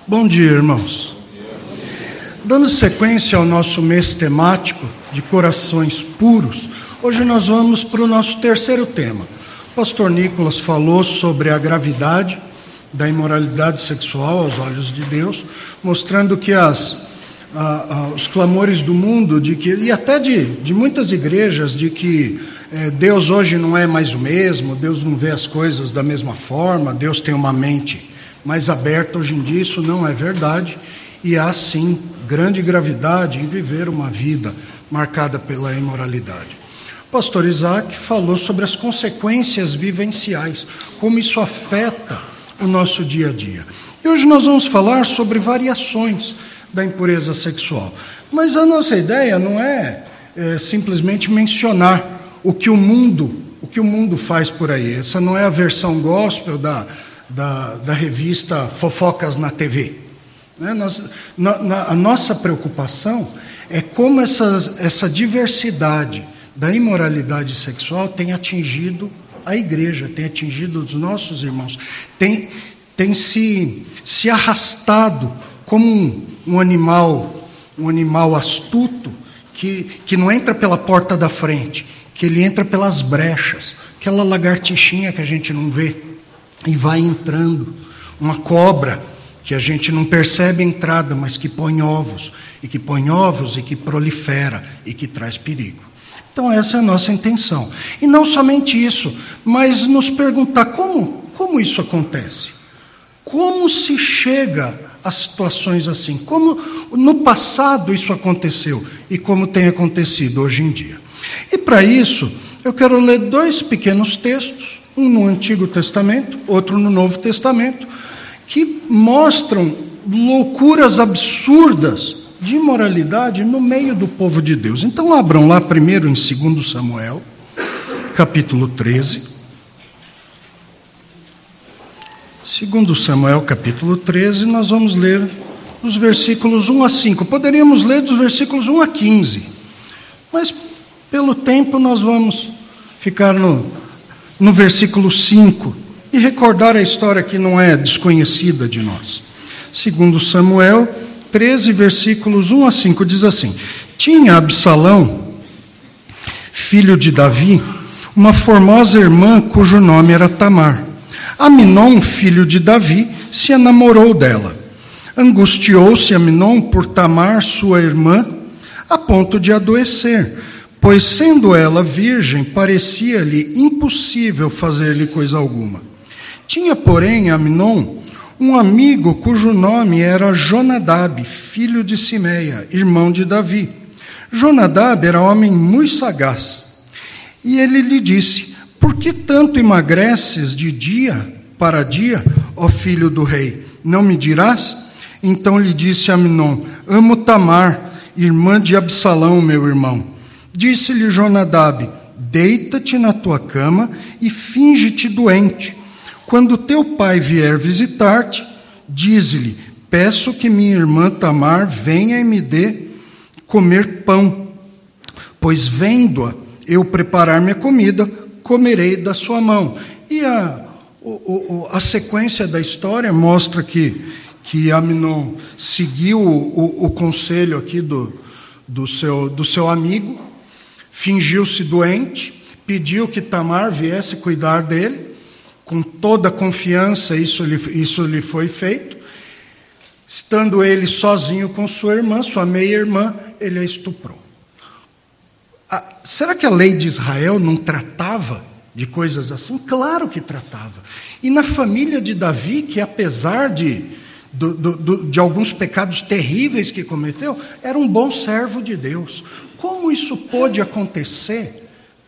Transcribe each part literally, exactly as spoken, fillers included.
Bom dia, irmãos. Dando sequência ao nosso mês temático de corações puros, hoje nós vamos para o nosso terceiro tema. O pastor Nicolas falou sobre a gravidade da imoralidade sexual aos olhos de Deus, mostrando que as, a, a, os clamores do mundo, de que, e até de, de muitas igrejas, de que é, Deus hoje não é mais o mesmo, Deus não vê as coisas da mesma forma, Deus tem uma mente mais aberta. Hoje em dia isso não é verdade, e há sim grande gravidade em viver uma vida marcada pela imoralidade. O pastor Isaac falou sobre as consequências vivenciais, como isso afeta o nosso dia a dia. E hoje nós vamos falar sobre variações da impureza sexual. Mas a nossa ideia não é, é simplesmente mencionar o que o mundo, o que o mundo faz por aí. Essa não é a versão gospel da Da, da revista Fofocas na T V. Né? Nós, na, na, a nossa preocupação é como essa, essa diversidade da imoralidade sexual tem atingido a igreja, tem atingido os nossos irmãos, tem, tem se, se arrastado como um, um animal, um animal astuto que, que não entra pela porta da frente, que ele entra pelas brechas, aquela lagartixinha que a gente não vê, e vai entrando, uma cobra que a gente não percebe a entrada, mas que põe ovos, e que põe ovos e que prolifera, e que traz perigo. Então essa é a nossa intenção. E não somente isso, mas nos perguntar como, como isso acontece? Como se chega a situações assim? Como no passado isso aconteceu, e como tem acontecido hoje em dia? E para isso, eu quero ler dois pequenos textos, um no Antigo Testamento, outro no Novo Testamento, que mostram loucuras absurdas de imoralidade no meio do povo de Deus. Então abram lá primeiro em segundo Samuel, capítulo treze. segundo Samuel, capítulo treze, nós vamos ler os versículos um a cinco. Poderíamos ler dos versículos um a quinze, mas pelo tempo nós vamos ficar no... no versículo cinco, e recordar a história que não é desconhecida de nós. Segundo Samuel treze, versículos um a cinco, diz assim: Tinha Absalão, filho de Davi, uma formosa irmã cujo nome era Tamar. Aminon, filho de Davi, se enamorou dela. Angustiou-se Aminon por Tamar, sua irmã, a ponto de adoecer, pois, sendo ela virgem, parecia-lhe impossível fazer-lhe coisa alguma. Tinha, porém, Aminon um amigo cujo nome era Jonadab, filho de Simeia, irmão de Davi. Jonadab era homem muito sagaz. E ele lhe disse: Por que tanto emagreces de dia para dia, ó filho do rei? Não me dirás? Então lhe disse Aminon: Amo Tamar, irmã de Absalão, meu irmão. Disse-lhe Jonadab: Deita-te na tua cama e finge-te doente. Quando teu pai vier visitar-te, dize-lhe: Peço que minha irmã Tamar venha e me dê comer pão, pois vendo-a eu preparar minha comida, comerei da sua mão. E a, o, o, a sequência da história mostra que, que Aminon seguiu o, o, o conselho aqui do, do, seu, do seu amigo, fingiu-se doente, pediu que Tamar viesse cuidar dele, com toda a confiança isso lhe, isso lhe foi feito. Estando ele sozinho com sua irmã, sua meia-irmã, ele a estuprou. Ah, será que a lei de Israel não tratava de coisas assim? Claro que tratava. E na família de Davi, que apesar de, do, do, de alguns pecados terríveis que cometeu, era um bom servo de Deus. Como isso pôde acontecer?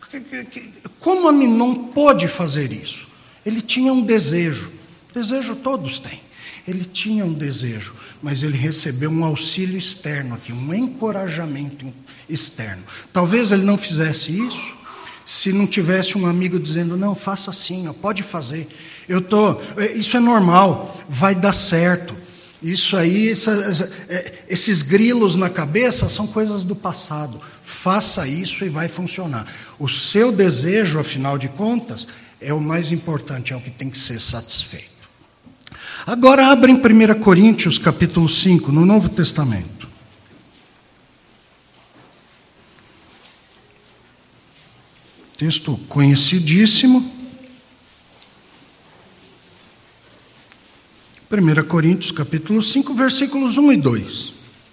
Como Aminon pôde fazer isso? Ele tinha um desejo. Desejo todos têm. Ele tinha um desejo, mas ele recebeu um auxílio externo aqui, um encorajamento externo. Talvez ele não fizesse isso se não tivesse um amigo dizendo: não, faça assim, ó, pode fazer. Eu tô, isso é normal, vai dar certo. Isso aí, essa, esses grilos na cabeça são coisas do passado. Faça isso e vai funcionar. O seu desejo, afinal de contas, é o mais importante, é o que tem que ser satisfeito. Agora abra em primeira Coríntios, capítulo cinco, no Novo Testamento. Texto conhecidíssimo. primeira Coríntios, capítulo cinco, versículos um e dois.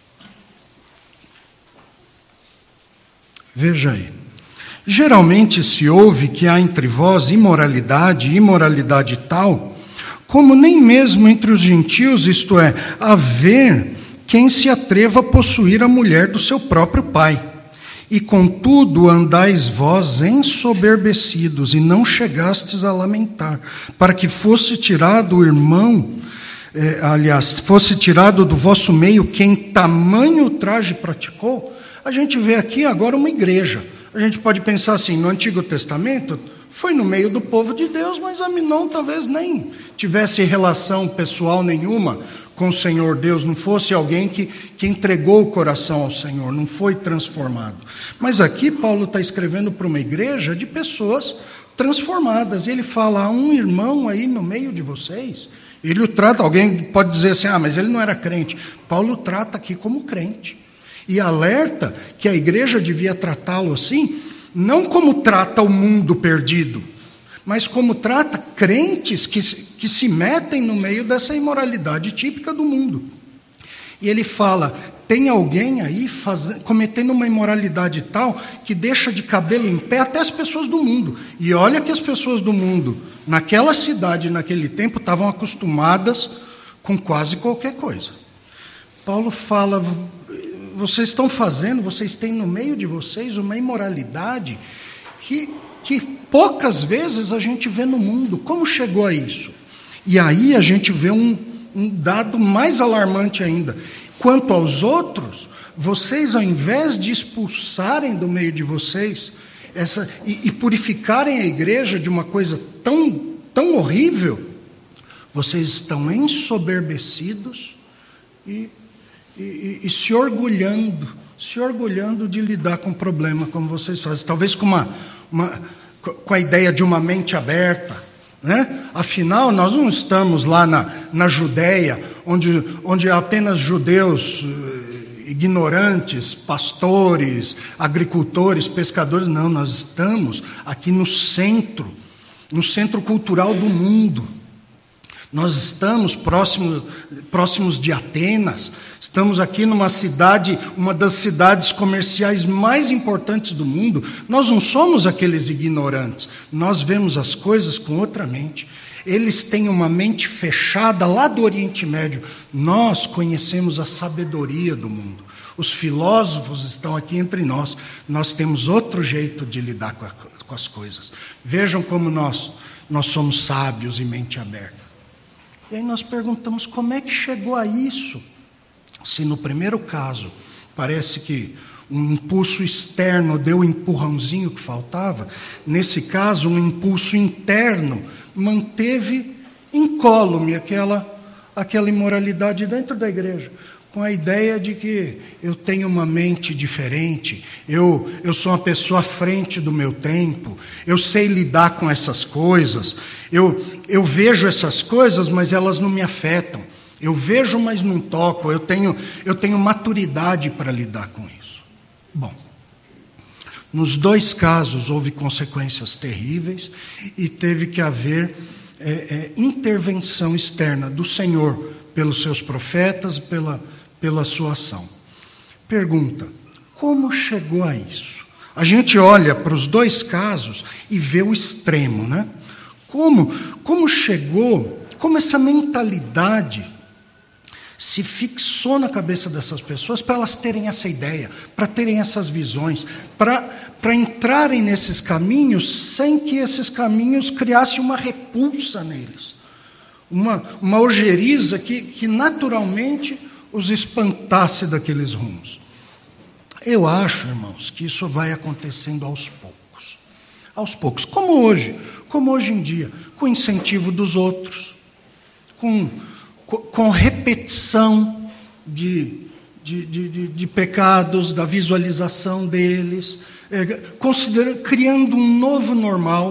Veja aí. Geralmente se ouve que há entre vós imoralidade, imoralidade tal, como nem mesmo entre os gentios, isto é, haver quem se atreva a possuir a mulher do seu próprio pai. E contudo andais vós ensoberbecidos, e não chegastes a lamentar, para que fosse tirado o irmão, eh, aliás, fosse tirado do vosso meio quem tamanho ultraje praticou. A gente vê aqui agora uma igreja. A gente pode pensar assim, no Antigo Testamento, foi no meio do povo de Deus, mas Aminon talvez nem tivesse relação pessoal nenhuma com o Senhor Deus, não fosse alguém que, que entregou o coração ao Senhor, não foi transformado. Mas aqui Paulo está escrevendo para uma igreja de pessoas transformadas. E ele fala, há um irmão aí no meio de vocês. Ele o trata, alguém pode dizer assim, ah, mas ele não era crente. Paulo trata aqui como crente. E alerta que a igreja devia tratá-lo assim, não como trata o mundo perdido, mas como trata crentes que, que se metem no meio dessa imoralidade típica do mundo. E ele fala, tem alguém aí faz, cometendo uma imoralidade tal que deixa de cabelo em pé até as pessoas do mundo. E olha que as pessoas do mundo, naquela cidade, naquele tempo, estavam acostumadas com quase qualquer coisa. Paulo fala, vocês estão fazendo, vocês têm no meio de vocês uma imoralidade que, que poucas vezes a gente vê no mundo. Como chegou a isso? E aí a gente vê um, um dado mais alarmante ainda. Quanto aos outros, vocês, ao invés de expulsarem do meio de vocês essa, e, e purificarem a igreja de uma coisa tão, tão horrível, vocês estão ensoberbecidos e E, e, e se orgulhando, se orgulhando de lidar com o problema como vocês fazem, talvez com, uma, uma, com a ideia de uma mente aberta, né? Afinal, nós não estamos lá na, na Judéia, onde, onde há apenas judeus ignorantes, pastores, agricultores, pescadores, não, nós estamos aqui no centro, no centro cultural do mundo. Nós estamos próximos, próximos de Atenas, estamos aqui numa cidade, uma das cidades comerciais mais importantes do mundo. Nós não somos aqueles ignorantes, nós vemos as coisas com outra mente. Eles têm uma mente fechada lá do Oriente Médio. Nós conhecemos a sabedoria do mundo. Os filósofos estão aqui entre nós. Nós temos outro jeito de lidar com, a, com as coisas. Vejam como nós, nós somos sábios e mente aberta. E aí nós perguntamos, como é que chegou a isso? Se no primeiro caso, parece que um impulso externo deu o empurrãozinho que faltava, nesse caso, um impulso interno manteve incólume aquela, aquela imoralidade dentro da igreja, com a ideia de que eu tenho uma mente diferente, eu, eu sou uma pessoa à frente do meu tempo, eu sei lidar com essas coisas, eu, eu vejo essas coisas, mas elas não me afetam. Eu vejo, mas não toco, eu tenho, eu tenho maturidade para lidar com isso. Bom, nos dois casos houve consequências terríveis e teve que haver é, é, intervenção externa do Senhor pelos seus profetas, pela, pela sua ação. Pergunta, como chegou a isso? A gente olha para os dois casos e vê o extremo, né? Como, como chegou, como essa mentalidade se fixou na cabeça dessas pessoas para elas terem essa ideia, para terem essas visões, para, para entrarem nesses caminhos sem que esses caminhos criassem uma repulsa neles, uma, uma ojeriza que, que naturalmente os espantasse daqueles rumos. Eu acho, irmãos, que isso vai acontecendo aos poucos, aos poucos, como hoje, como hoje em dia, com o incentivo dos outros, com... com repetição de, de, de, de, de pecados, da visualização deles, é, considera, criando um novo normal.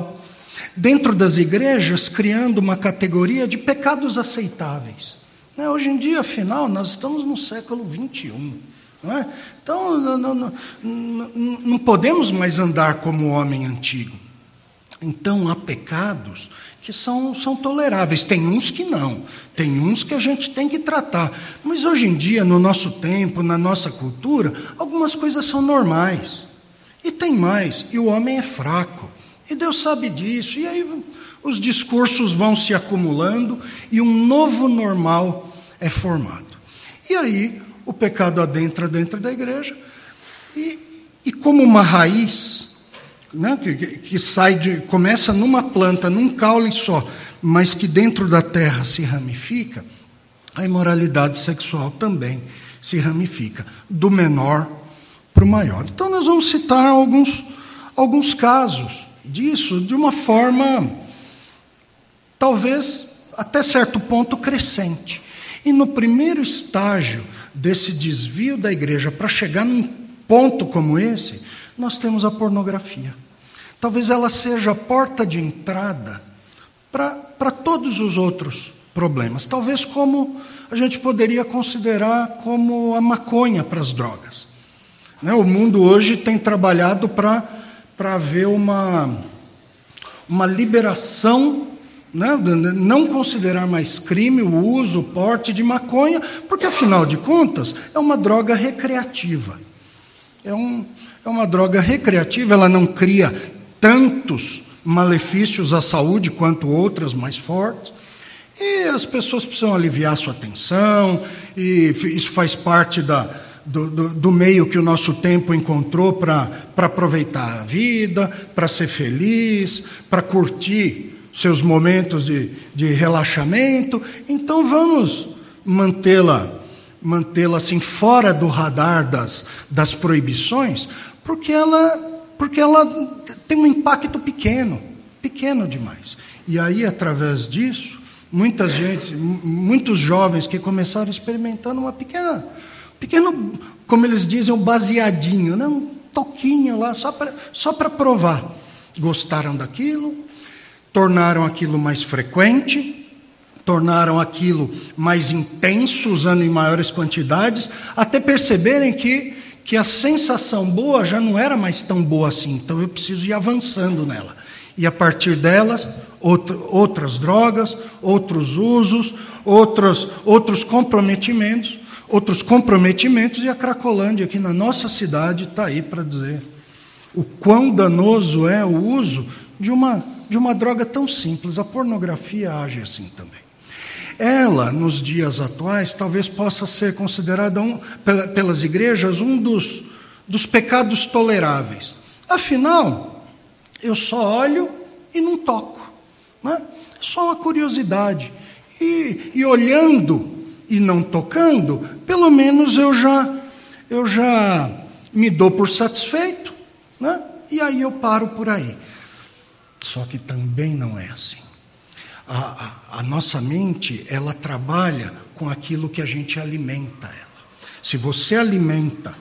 Dentro das igrejas, criando uma categoria de pecados aceitáveis. Né? Hoje em dia, afinal, nós estamos no século vinte e um. Não é? Então, não, não, não, não podemos mais andar como o homem antigo. Então, há pecados que são, são toleráveis. Tem uns que não. Tem uns que a gente tem que tratar. Mas, hoje em dia, no nosso tempo, na nossa cultura, algumas coisas são normais. E tem mais. E o homem é fraco. E Deus sabe disso. E aí os discursos vão se acumulando e um novo normal é formado. E aí o pecado adentra dentro da igreja e, e como uma raiz, né, que, que sai de, começa numa planta, num caule só, mas que dentro da terra se ramifica, a imoralidade sexual também se ramifica, do menor para o maior. Então nós vamos citar alguns, alguns casos disso de uma forma, talvez, até certo ponto, crescente. E no primeiro estágio desse desvio da igreja para chegar num ponto como esse, nós temos a pornografia. Talvez ela seja a porta de entrada para todos os outros problemas. Talvez como a gente poderia considerar como a maconha para as drogas. Né? O mundo hoje tem trabalhado para para haver uma, uma liberação, né? Não considerar mais crime o uso, o porte de maconha, porque, afinal de contas, é uma droga recreativa. É, um, é uma droga recreativa, ela não cria tantos malefícios à saúde quanto outras mais fortes, e as pessoas precisam aliviar sua tensão, e isso faz parte da... Do, do, do meio que o nosso tempo encontrou para aproveitar a vida, para ser feliz, para curtir seus momentos de, de relaxamento. Então vamos mantê-la mantê-la assim fora do radar das, das proibições, porque ela, porque ela tem um impacto pequeno, pequeno demais. E aí, através disso, muitas gente, muitos jovens que começaram experimentando uma pequena... Pequeno, como eles dizem, um baseadinho, né? Um toquinho lá, só para só para provar. Gostaram daquilo, tornaram aquilo mais frequente, tornaram aquilo mais intenso, usando em maiores quantidades, até perceberem que, que a sensação boa já não era mais tão boa assim, então eu preciso ir avançando nela. E a partir delas, outro, outras drogas, outros usos, outros, outros comprometimentos, outros comprometimentos, e a Cracolândia aqui na nossa cidade está aí para dizer o quão danoso é o uso de uma, de uma droga tão simples. A pornografia age assim também. Ela, nos dias atuais, talvez possa ser considerada um, pelas igrejas um dos, dos pecados toleráveis. Afinal, eu só olho e não toco. Né? Só uma curiosidade. E, e olhando e não tocando, pelo menos eu já, eu já me dou por satisfeito, né? E aí eu paro por aí. Só que também não é assim. A, a, a nossa mente, ela trabalha com aquilo que a gente alimenta ela. Se você alimenta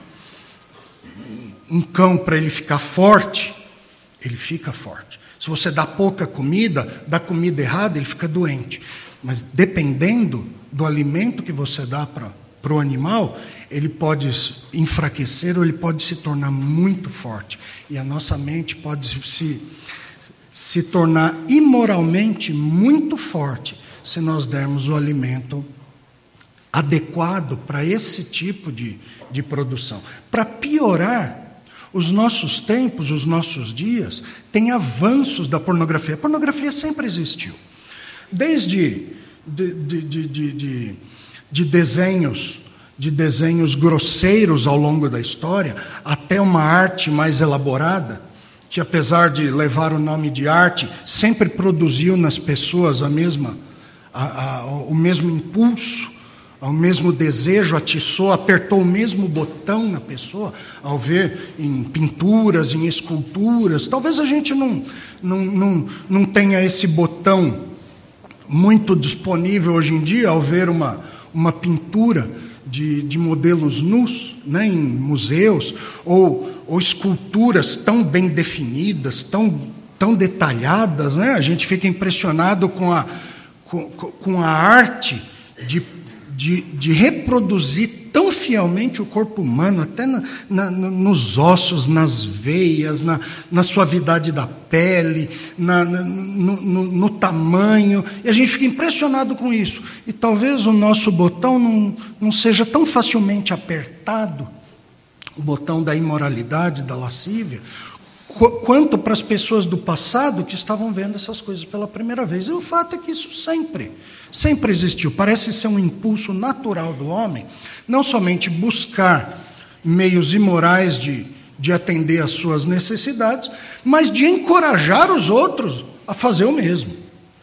um cão para ele ficar forte, ele fica forte. Se você dá pouca comida, dá comida errada, ele fica doente. Mas dependendo do alimento que você dá para o animal, ele pode enfraquecer ou ele pode se tornar muito forte. E a nossa mente pode se, se tornar imoralmente muito forte se nós dermos o alimento adequado para esse tipo de, de produção. Para piorar, os nossos tempos, os nossos dias, têm avanços da pornografia. A pornografia sempre existiu. Desde de, de, de, de, de, de desenhos, de desenhos grosseiros ao longo da história, até uma arte mais elaborada, que apesar de levar o nome de arte, sempre produziu nas pessoas a mesma, a, a, o mesmo impulso, o mesmo desejo, atiçou, apertou o mesmo botão na pessoa, ao ver em pinturas, em esculturas. Talvez a gente não, não, não, não tenha esse botão muito disponível hoje em dia, ao ver uma, uma pintura de, de modelos nus, né, em museus, ou, ou esculturas tão bem definidas, tão, tão detalhadas, né? A gente fica impressionado com a, com, com a arte de, de, de reproduzir tão fielmente o corpo humano, até na, na, nos ossos, nas veias, na, na suavidade da pele, na, no, no, no tamanho, e a gente fica impressionado com isso. E talvez o nosso botão não, não seja tão facilmente apertado, o botão da imoralidade, da lascívia, quanto para as pessoas do passado que estavam vendo essas coisas pela primeira vez. E o fato é que isso sempre, sempre existiu. Parece ser um impulso natural do homem, não somente buscar meios imorais de, de atender às suas necessidades, mas de encorajar os outros a fazer o mesmo.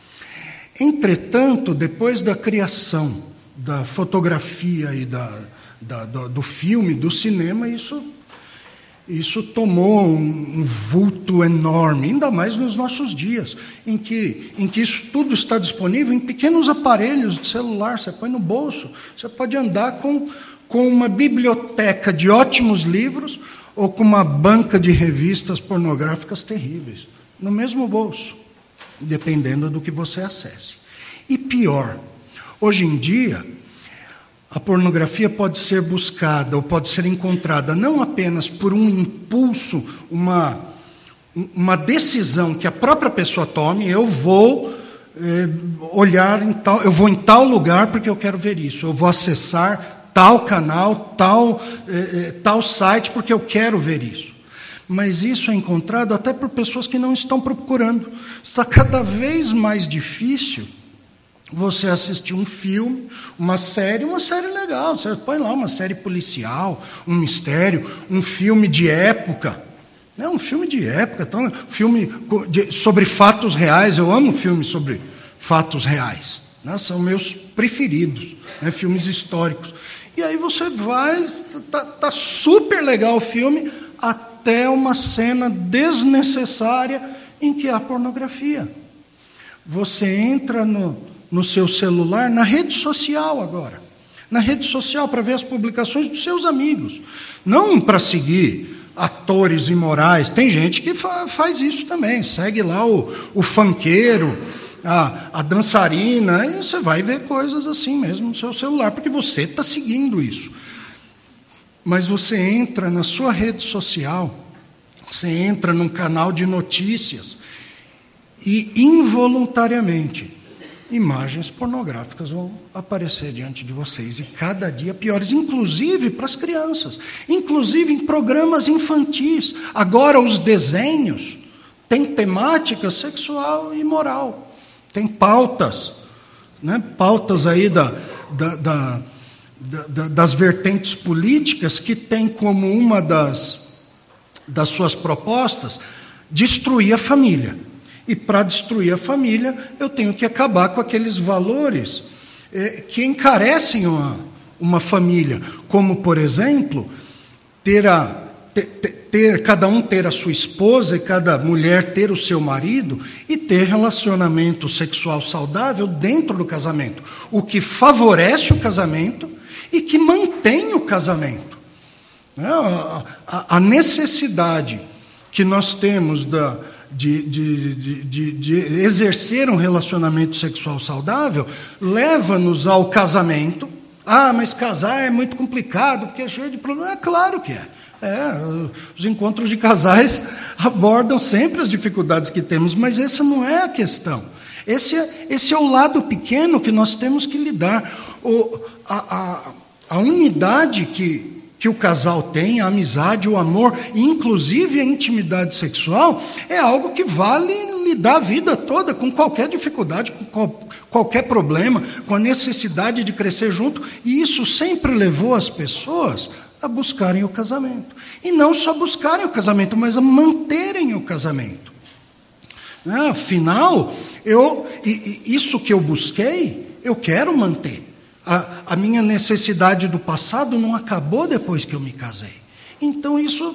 Entretanto, depois da criação da fotografia e da, da, do, do filme, do cinema, isso... Isso tomou um, um vulto enorme, ainda mais nos nossos dias, em que, em que isso tudo está disponível em pequenos aparelhos de celular. Você põe no bolso, você pode andar com, com uma biblioteca de ótimos livros ou com uma banca de revistas pornográficas terríveis, no mesmo bolso, dependendo do que você acesse. E pior, hoje em dia, a pornografia pode ser buscada ou pode ser encontrada não apenas por um impulso, uma, uma decisão que a própria pessoa tome, eu vou eh, olhar em tal, eu vou em tal lugar porque eu quero ver isso, eu vou acessar tal canal, tal, eh, tal site porque eu quero ver isso. Mas isso é encontrado até por pessoas que não estão procurando. Está cada vez mais difícil você assistir um filme, uma série, uma série legal. Você põe lá uma série policial, um mistério, um filme de época. É um filme de época, então, filme de, sobre fatos reais. Eu amo filmes sobre fatos reais. Né? São meus preferidos, né? Filmes históricos. E aí você vai, tá, tá super legal o filme, até uma cena desnecessária em que há pornografia. Você entra no... no seu celular, na rede social agora. Na rede social, para ver as publicações dos seus amigos. Não para seguir atores imorais. Tem gente que fa faz isso também. Segue lá o, o funkeiro, a, a dançarina, e você vai ver coisas assim mesmo no seu celular, porque você está seguindo isso. Mas você entra na sua rede social, você entra num canal de notícias, e involuntariamente imagens pornográficas vão aparecer diante de vocês, e cada dia piores, inclusive para as crianças, inclusive em programas infantis. Agora os desenhos têm temática sexual e moral, tem pautas, né? Pautas aí da, da, da, da, das vertentes políticas que tem como uma das, das suas propostas destruir a família. E para destruir a família, eu tenho que acabar com aqueles valores eh, que encarecem uma, uma família, como, por exemplo, ter a, ter, ter, cada um ter a sua esposa e cada mulher ter o seu marido e ter relacionamento sexual saudável dentro do casamento, o que favorece o casamento e que mantém o casamento. A, a, a necessidade que nós temos da... De, de, de, de exercer um relacionamento sexual saudável, leva-nos ao casamento. Ah, mas casar é muito complicado, porque é cheio de problemas. É claro que é. é. Os encontros de casais abordam sempre as dificuldades que temos, mas essa não é a questão. Esse é, esse é o lado pequeno que nós temos que lidar. O, a, a, a unidade que... que o casal tem, a amizade, o amor, e inclusive a intimidade sexual, é algo que vale lidar a vida toda, com qualquer dificuldade, com qual, qualquer problema, com a necessidade de crescer junto, e isso sempre levou as pessoas a buscarem o casamento. E não só buscarem o casamento, mas a manterem o casamento. Afinal, eu, isso que eu busquei, eu quero manter. A, a minha necessidade do passado não acabou depois que eu me casei. Então, isso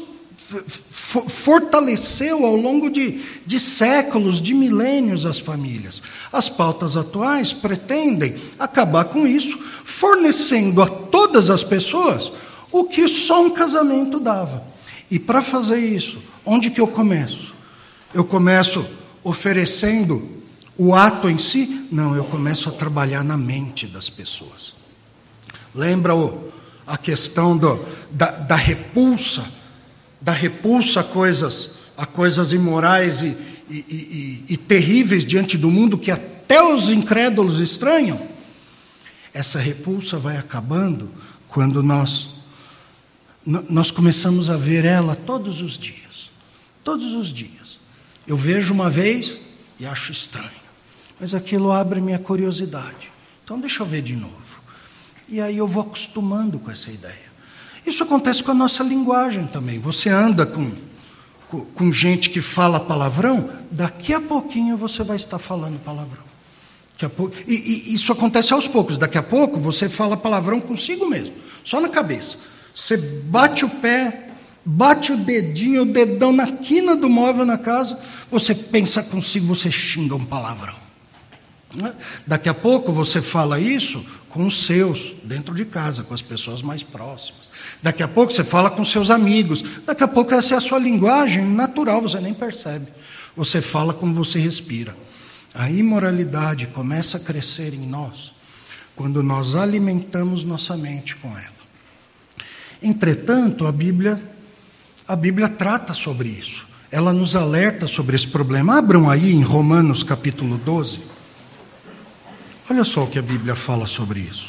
fortaleceu ao longo de, de séculos, de milênios, as famílias. As pautas atuais pretendem acabar com isso, fornecendo a todas as pessoas o que só um casamento dava. E para fazer isso, onde que eu começo? Eu começo oferecendo o ato em si? Não, eu começo a trabalhar na mente das pessoas. Lembra o, a questão do, da, da repulsa, da repulsa a coisas, a coisas imorais e, e, e, e terríveis diante do mundo, que até os incrédulos estranham? Essa repulsa vai acabando quando nós, nós começamos a ver ela todos os dias. Todos os dias. Eu vejo uma vez e acho estranho. Mas aquilo abre minha curiosidade. Então deixa eu ver de novo. E aí eu vou acostumando com essa ideia. Isso acontece com a nossa linguagem também. Você anda com, com, com gente que fala palavrão, daqui a pouquinho você vai estar falando palavrão. Daqui a pouco, e, e isso acontece aos poucos. Daqui a pouco você fala palavrão consigo mesmo, só na cabeça. Você bate o pé, bate o dedinho, o dedão na quina do móvel na casa, você pensa consigo, você xinga um palavrão. Daqui a pouco você fala isso com os seus, dentro de casa, com as pessoas mais próximas. Daqui a pouco você fala com seus amigos. Daqui a pouco essa é a sua linguagem natural, você nem percebe. Você fala como você respira. A imoralidade começa a crescer em nós quando nós alimentamos nossa mente com ela. Entretanto, a Bíblia, a Bíblia trata sobre isso. Ela nos alerta sobre esse problema. Abram aí em Romanos capítulo doze. Olha só o que a Bíblia fala sobre isso.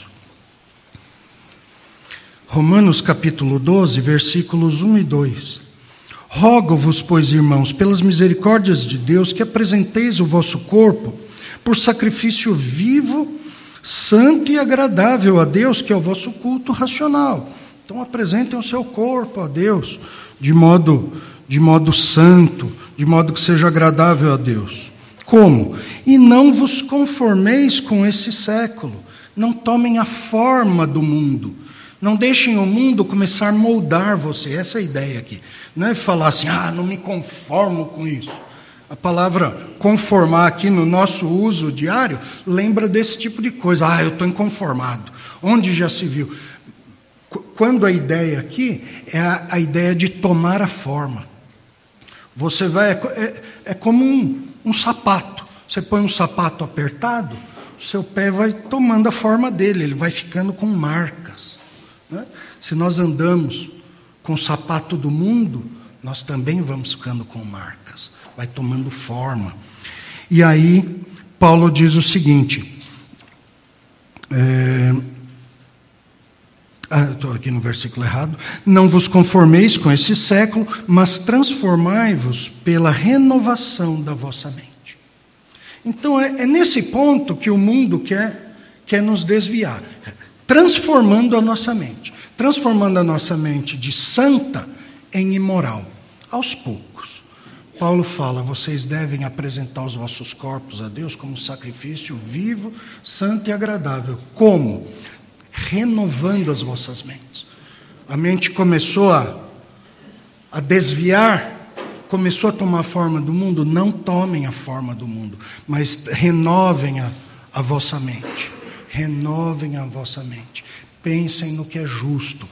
Romanos capítulo doze, versículos um e dois. Rogo-vos, pois, irmãos, pelas misericórdias de Deus, que apresenteis o vosso corpo por sacrifício vivo, santo e agradável a Deus, que é o vosso culto racional. Então apresentem o seu corpo a Deus de modo, de modo santo, de modo que seja agradável a Deus. Como? E não vos conformeis com esse século. Não tomem a forma do mundo. Não deixem o mundo começar a moldar você. Essa é a ideia aqui. Não é falar assim, ah, não me conformo com isso. A palavra conformar aqui no nosso uso diário lembra desse tipo de coisa. Ah, eu estou inconformado. Onde já se viu? Quando a ideia aqui é a, a ideia de tomar a forma. Você vai... É, é, é como um... Um sapato. Você põe um sapato apertado, seu pé vai tomando a forma dele, ele vai ficando com marcas. Né? Se nós andamos com o sapato do mundo, nós também vamos ficando com marcas, vai tomando forma. E aí, Paulo diz o seguinte, é, ah, estou aqui no versículo errado, não vos conformeis com esse século, mas transformai-vos pela renovação da vossa mente. Então é, é nesse ponto que o mundo quer, quer nos desviar, transformando a nossa mente, transformando a nossa mente de santa em imoral, aos poucos. Paulo fala, vocês devem apresentar os vossos corpos a Deus como sacrifício vivo, santo e agradável. Como? Renovando as vossas mentes. A mente começou a, a desviar, começou a tomar a forma do mundo. Não tomem a forma do mundo, mas renovem a, a vossa mente. Renovem a vossa mente. Pensem no que é justo.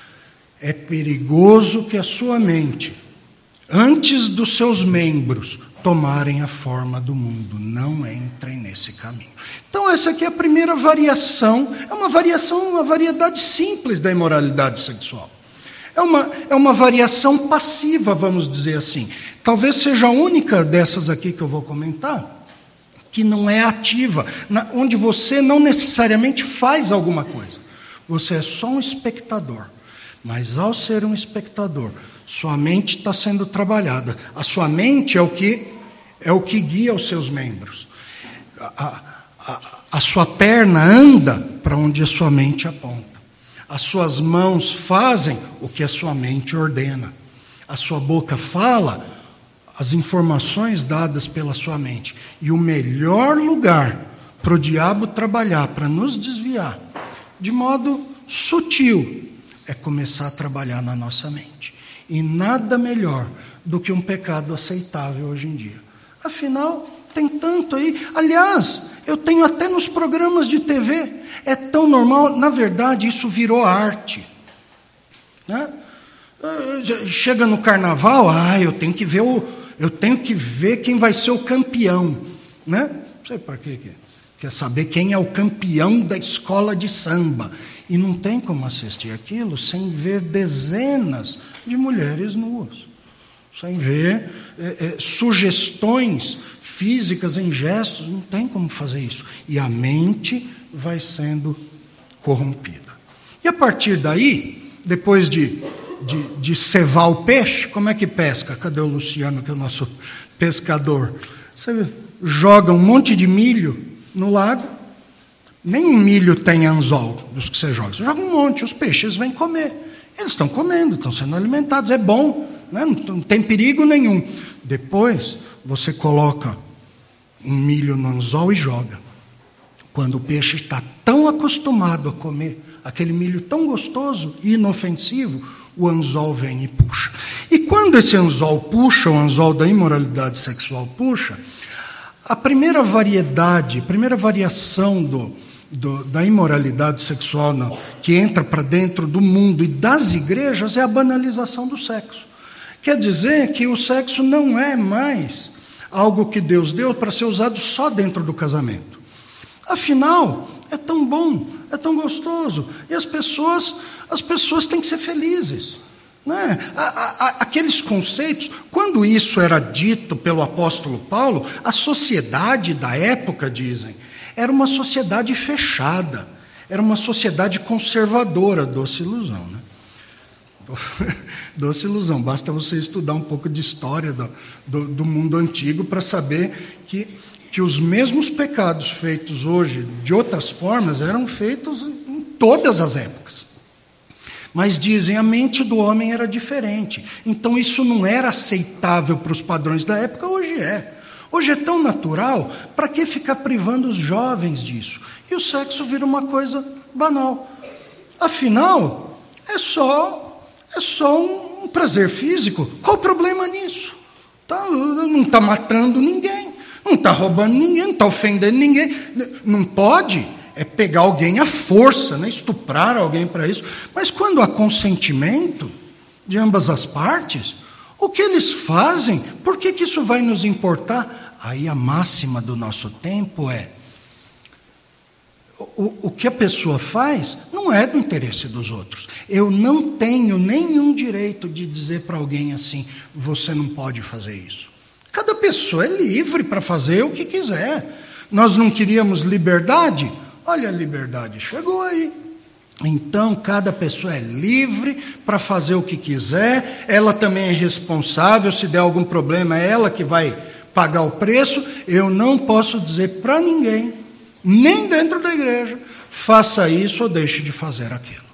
É perigoso que a sua mente, antes dos seus membros, tomarem a forma do mundo. Não entrem nesse caminho. Então essa aqui é a primeira variação, é uma variação, uma variedade simples da imoralidade sexual. É uma, é uma variação passiva, vamos dizer assim. Talvez seja a única dessas aqui que eu vou comentar, que não é ativa, na, onde você não necessariamente faz alguma coisa. Você é só um espectador. Mas ao ser um espectador, sua mente está sendo trabalhada. A sua mente é o que É o que guia os seus membros. A, a, a sua perna anda para onde a sua mente aponta. As suas mãos fazem o que a sua mente ordena. A sua boca fala as informações dadas pela sua mente. E o melhor lugar para o diabo trabalhar, para nos desviar, de modo sutil, é começar a trabalhar na nossa mente. E nada melhor do que um pecado aceitável hoje em dia. Afinal, tem tanto aí. Aliás, eu tenho até nos programas de T V. É tão normal. Na verdade, isso virou arte. Né? Chega no carnaval, ah, eu tenho que ver o, eu tenho que ver quem vai ser o campeão, né? Não sei para quê. Quer saber quem é o campeão da escola de samba. E não tem como assistir aquilo sem ver dezenas de mulheres nuas, sem ver é, é, sugestões físicas em gestos. Não tem como fazer isso. E a mente vai sendo corrompida. E a partir daí, depois de, de, de cevar o peixe, como é que pesca? Cadê o Luciano, que é o nosso pescador? Você joga um monte de milho no lago, nem um milho tem anzol dos que você joga. Você joga um monte, os peixes vêm comer. Eles estão comendo, estão sendo alimentados, é bom, né? Não tem perigo nenhum. Depois, você coloca um milho no anzol e joga. Quando o peixe está tão acostumado a comer aquele milho tão gostoso e inofensivo, o anzol vem e puxa. E quando esse anzol puxa, o anzol da imoralidade sexual puxa, a primeira variedade, a primeira variação do, do, da imoralidade sexual no, que entra para dentro do mundo e das igrejas é a banalização do sexo. Quer dizer que o sexo não é mais algo que Deus deu para ser usado só dentro do casamento. Afinal, é tão bom, é tão gostoso, e as pessoas, as pessoas têm que ser felizes. Né? Aqueles conceitos, quando isso era dito pelo apóstolo Paulo, a sociedade da época, dizem, era uma sociedade fechada, era uma sociedade conservadora. Doce ilusão, né? Doce ilusão, basta você estudar um pouco de história do, do, do mundo antigo para saber que, que os mesmos pecados feitos hoje de outras formas eram feitos em todas as épocas. Mas dizem, a mente do homem era diferente. Então isso não era aceitável para os padrões da época, hoje é. Hoje é tão natural, para que ficar privando os jovens disso? E o sexo vira uma coisa banal. Afinal, é só, é só um prazer físico. Qual o problema nisso? Tá, não está matando ninguém, não está roubando ninguém, não está ofendendo ninguém. Não pode... é pegar alguém à força, né? Estuprar alguém para isso. Mas quando há consentimento de ambas as partes, o que eles fazem, por que, que isso vai nos importar? Aí a máxima do nosso tempo é, o, o que a pessoa faz não é do interesse dos outros. Eu não tenho nenhum direito de dizer para alguém assim, você não pode fazer isso. Cada pessoa é livre para fazer o que quiser. Nós não queríamos liberdade? Olha, a liberdade chegou aí. Então, cada pessoa é livre para fazer o que quiser, ela também é responsável, se der algum problema, é ela que vai pagar o preço. Eu não posso dizer para ninguém, nem dentro da igreja, faça isso ou deixe de fazer aquilo.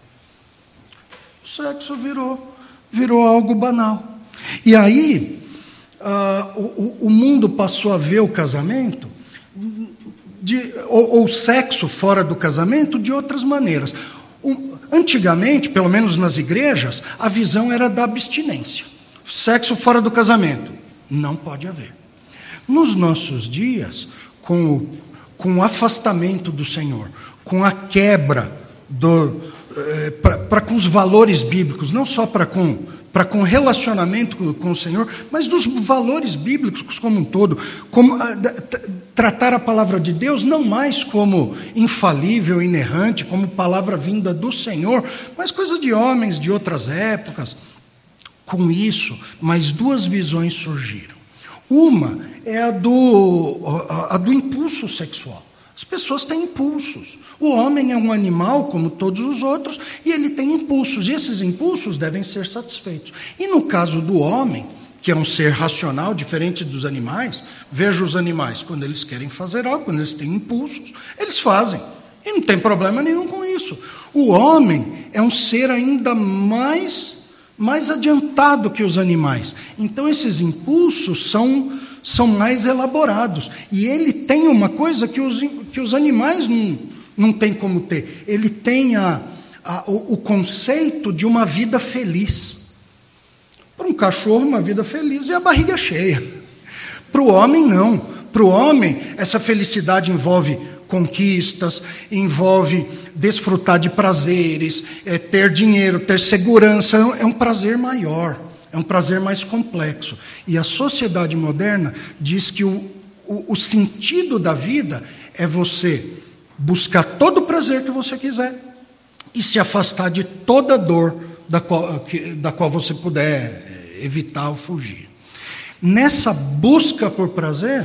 O sexo virou, virou algo banal. E aí, uh, o, o mundo passou a ver o casamento... De, ou, ou sexo fora do casamento de outras maneiras. Um, antigamente, pelo menos nas igrejas, a visão era da abstinência. Sexo fora do casamento, não pode haver. Nos nossos dias, com o, com o afastamento do Senhor, com a quebra do, eh, para com os valores bíblicos, não só para com... para com relacionamento com, com o Senhor, mas dos valores bíblicos como um todo, como, a, t, tratar a palavra de Deus não mais como infalível, inerrante, como palavra vinda do Senhor, mas coisa de homens de outras épocas. Com isso, mais duas visões surgiram. Uma é a do, a, a do impulso sexual. As pessoas têm impulsos. O homem é um animal, como todos os outros, e ele tem impulsos, e esses impulsos devem ser satisfeitos. E no caso do homem, que é um ser racional, diferente dos animais, veja os animais, quando eles querem fazer algo, quando eles têm impulsos, eles fazem. E não tem problema nenhum com isso. O homem é um ser ainda mais, mais adiantado que os animais. Então, esses impulsos são, são mais elaborados. E ele tem uma coisa que os, que os animais não... não tem como ter. Ele tem a, a, o, o conceito de uma vida feliz. Para um cachorro, uma vida feliz é a barriga cheia. Para o homem, não. Para o homem, essa felicidade envolve conquistas, envolve desfrutar de prazeres, é, ter dinheiro, ter segurança. É um prazer maior. É um prazer mais complexo. E a sociedade moderna diz que o, o, o sentido da vida é você buscar todo o prazer que você quiser e se afastar de toda dor da qual, que, da qual você puder evitar ou fugir. Nessa busca por prazer,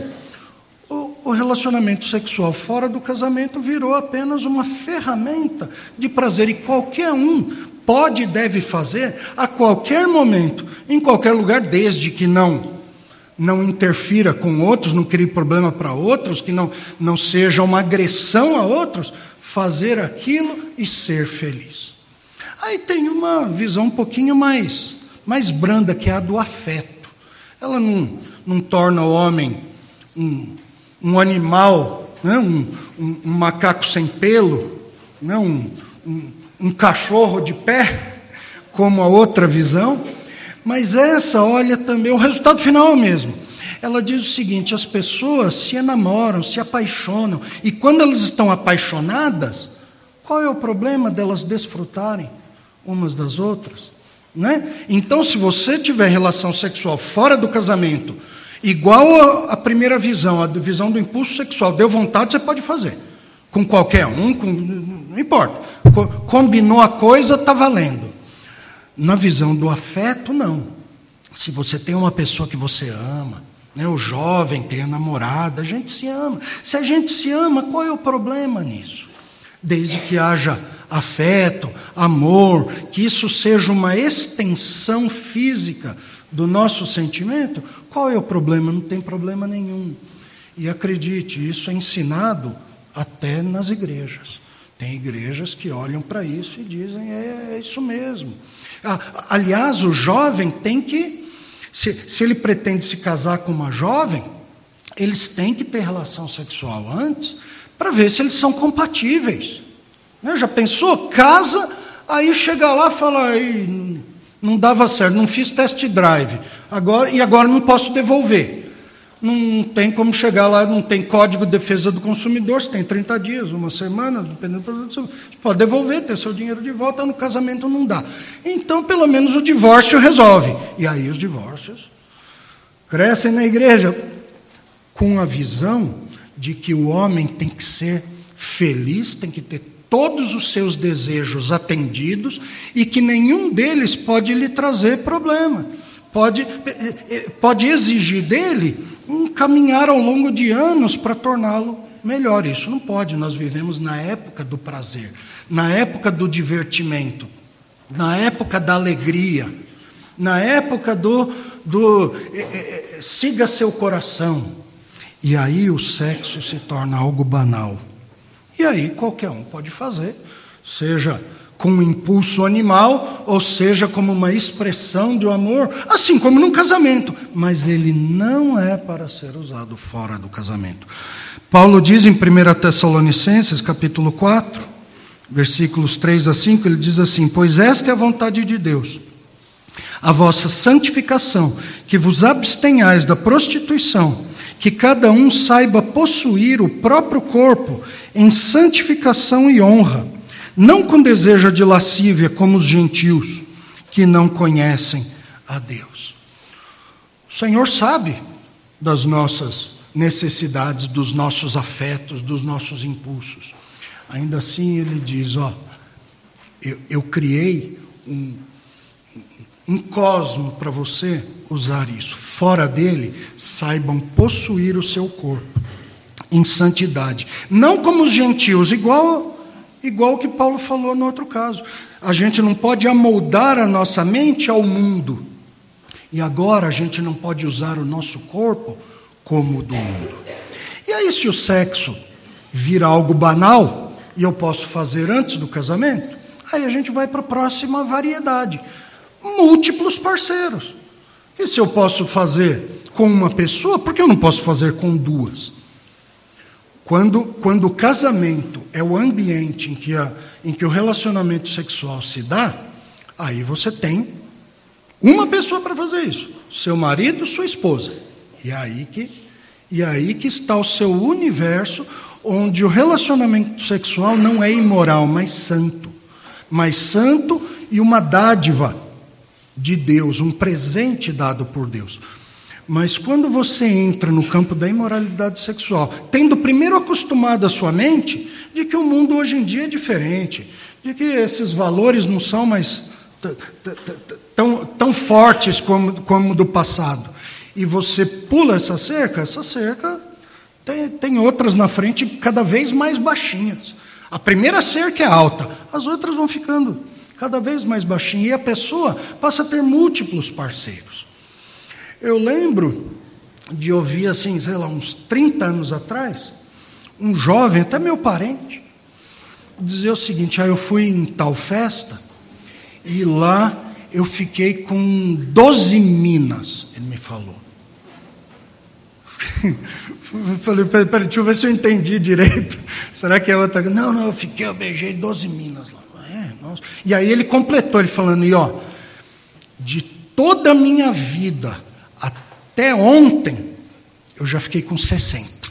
o, o relacionamento sexual fora do casamento virou apenas uma ferramenta de prazer, e qualquer um pode e deve fazer a qualquer momento, em qualquer lugar, desde que não, não interfira com outros, não crie problema para outros, que não, não seja uma agressão a outros, fazer aquilo e ser feliz. Aí tem uma visão um pouquinho mais, mais branda, que é a do afeto. Ela não, não torna o homem um, um animal, né? um, um, um macaco sem pelo, né? um, um, um cachorro de pé, como a outra visão, mas essa olha também, o resultado final é o mesmo. Ela diz o seguinte: as pessoas se enamoram, se apaixonam, e quando elas estão apaixonadas, qual é o problema delas desfrutarem umas das outras? Né? Então, se você tiver relação sexual fora do casamento, igual a primeira visão, a visão do impulso sexual, deu vontade, você pode fazer. Com qualquer um, com, não importa. Combinou a coisa, está valendo. Na visão do afeto, não. Se você tem uma pessoa que você ama, né, o jovem tem a namorada, a gente se ama. Se a gente se ama, qual é o problema nisso? Desde que haja afeto, amor, que isso seja uma extensão física do nosso sentimento, qual é o problema? Não tem problema nenhum. E acredite, isso é ensinado até nas igrejas. Tem igrejas que olham para isso e dizem, é, é isso mesmo. Ah, aliás, o jovem tem que, se, se ele pretende se casar com uma jovem, eles têm que ter relação sexual antes, para ver se eles são compatíveis. Né? Já pensou? Casa, aí chega lá e fala, não dava certo, não fiz test drive, agora, e agora não posso devolver. Não tem como chegar lá, não tem código de defesa do consumidor, você tem trinta dias, uma semana, dependendo do produto, você pode devolver, ter seu dinheiro de volta, no casamento não dá. Então, pelo menos o divórcio resolve. E aí os divórcios crescem na igreja com a visão de que o homem tem que ser feliz, tem que ter todos os seus desejos atendidos e que nenhum deles pode lhe trazer problema. Pode, pode exigir dele um caminhar ao longo de anos para torná-lo melhor. Isso não pode. Nós vivemos na época do prazer, na época do divertimento, na época da alegria, na época do, do é, é, siga seu coração. E aí o sexo se torna algo banal. E aí qualquer um pode fazer, seja com um impulso animal, ou seja, como uma expressão do amor, assim como num casamento. Mas ele não é para ser usado fora do casamento. Paulo diz em primeira Tessalonicenses, capítulo quatro, versículos três a cinco, ele diz assim: pois esta é a vontade de Deus, a vossa santificação, que vos abstenhais da prostituição, que cada um saiba possuir o próprio corpo em santificação e honra, não com desejo de lascívia, como os gentios, que não conhecem a Deus. O Senhor sabe das nossas necessidades, dos nossos afetos, dos nossos impulsos. Ainda assim, Ele diz, ó, eu, eu criei um, um cosmo para você usar isso. Fora dele, saibam possuir o seu corpo em santidade. Não como os gentios, igual... Igual o que Paulo falou no outro caso. A gente não pode amoldar a nossa mente ao mundo. E agora a gente não pode usar o nosso corpo como o do mundo. E aí, se o sexo vira algo banal, e eu posso fazer antes do casamento, aí a gente vai para a próxima variedade. Múltiplos parceiros. E se eu posso fazer com uma pessoa, por que eu não posso fazer com duas? Quando, quando o casamento é o ambiente em que, a, em que o relacionamento sexual se dá, aí você tem uma pessoa para fazer isso. Seu marido, sua esposa. E aí que, e aí que está o seu universo, onde o relacionamento sexual não é imoral, mas santo. Mas santo e uma dádiva. de Deus, um presente dado por Deus. Mas quando você entra no campo da imoralidade sexual, tendo primeiro acostumado a sua mente de que o mundo hoje em dia é diferente, de que esses valores não são mais tão, tão fortes como, como do passado, e você pula essa cerca, essa cerca tem, tem outras na frente cada vez mais baixinhas. A primeira cerca é alta, as outras vão ficando cada vez mais baixinhas, e a pessoa passa a ter múltiplos parceiros. Eu lembro de ouvir, assim, sei lá, uns trinta anos atrás, um jovem, até meu parente, dizer o seguinte: ah, eu fui em tal festa, e lá eu fiquei com doze minas, ele me falou. Eu falei, peraí, peraí, deixa eu ver se eu entendi direito. Será que é outra? Não, não, eu fiquei, eu beijei doze minas lá. É, nossa. E aí ele completou, ele falando, e ó, de toda a minha vida até ontem, eu já fiquei com sessenta.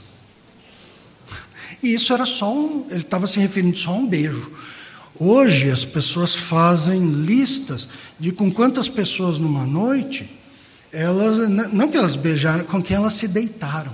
E isso era só um, ele estava se referindo só a um beijo. Hoje as pessoas fazem listas de com quantas pessoas numa noite, elas, não que elas beijaram, com quem elas se deitaram.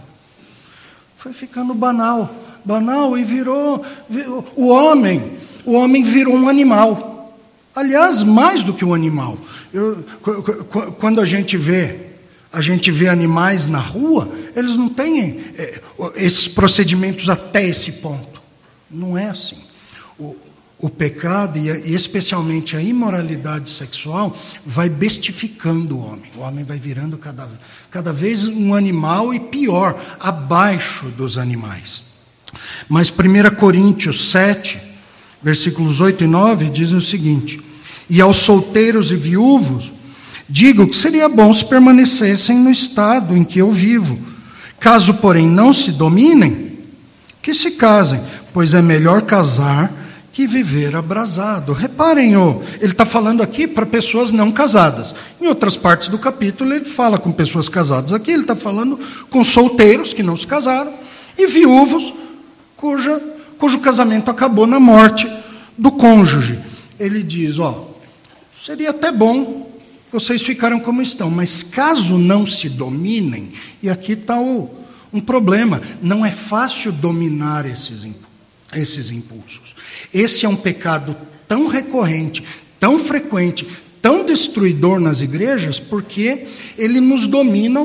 Foi ficando banal, banal e virou, virou o homem, o homem virou um animal. Aliás, mais do que um animal. Eu, quando a gente vê A gente vê animais na rua, eles não têm é, esses procedimentos até esse ponto. Não é assim. O, o pecado, e, e especialmente a imoralidade sexual, vai bestificando o homem. O homem vai virando cada, cada vez um animal e pior, abaixo dos animais. Mas primeira Coríntios sete, versículos oito e nove, dizem o seguinte: e aos solteiros e viúvos, digo que seria bom se permanecessem no estado em que eu vivo. Caso, porém, não se dominem, que se casem, pois é melhor casar que viver abrasado. Reparem, oh, ele está falando aqui para pessoas não casadas. Em outras partes do capítulo, ele fala com pessoas casadas. Aqui ele está falando com solteiros que não se casaram e viúvos cuja, cujo casamento acabou na morte do cônjuge. Ele diz, ó, oh, seria até bom vocês ficaram como estão, mas caso não se dominem, e aqui está um problema, não é fácil dominar esses, esses impulsos. Esse é um pecado tão recorrente, tão frequente, tão destruidor nas igrejas, porque ele nos domina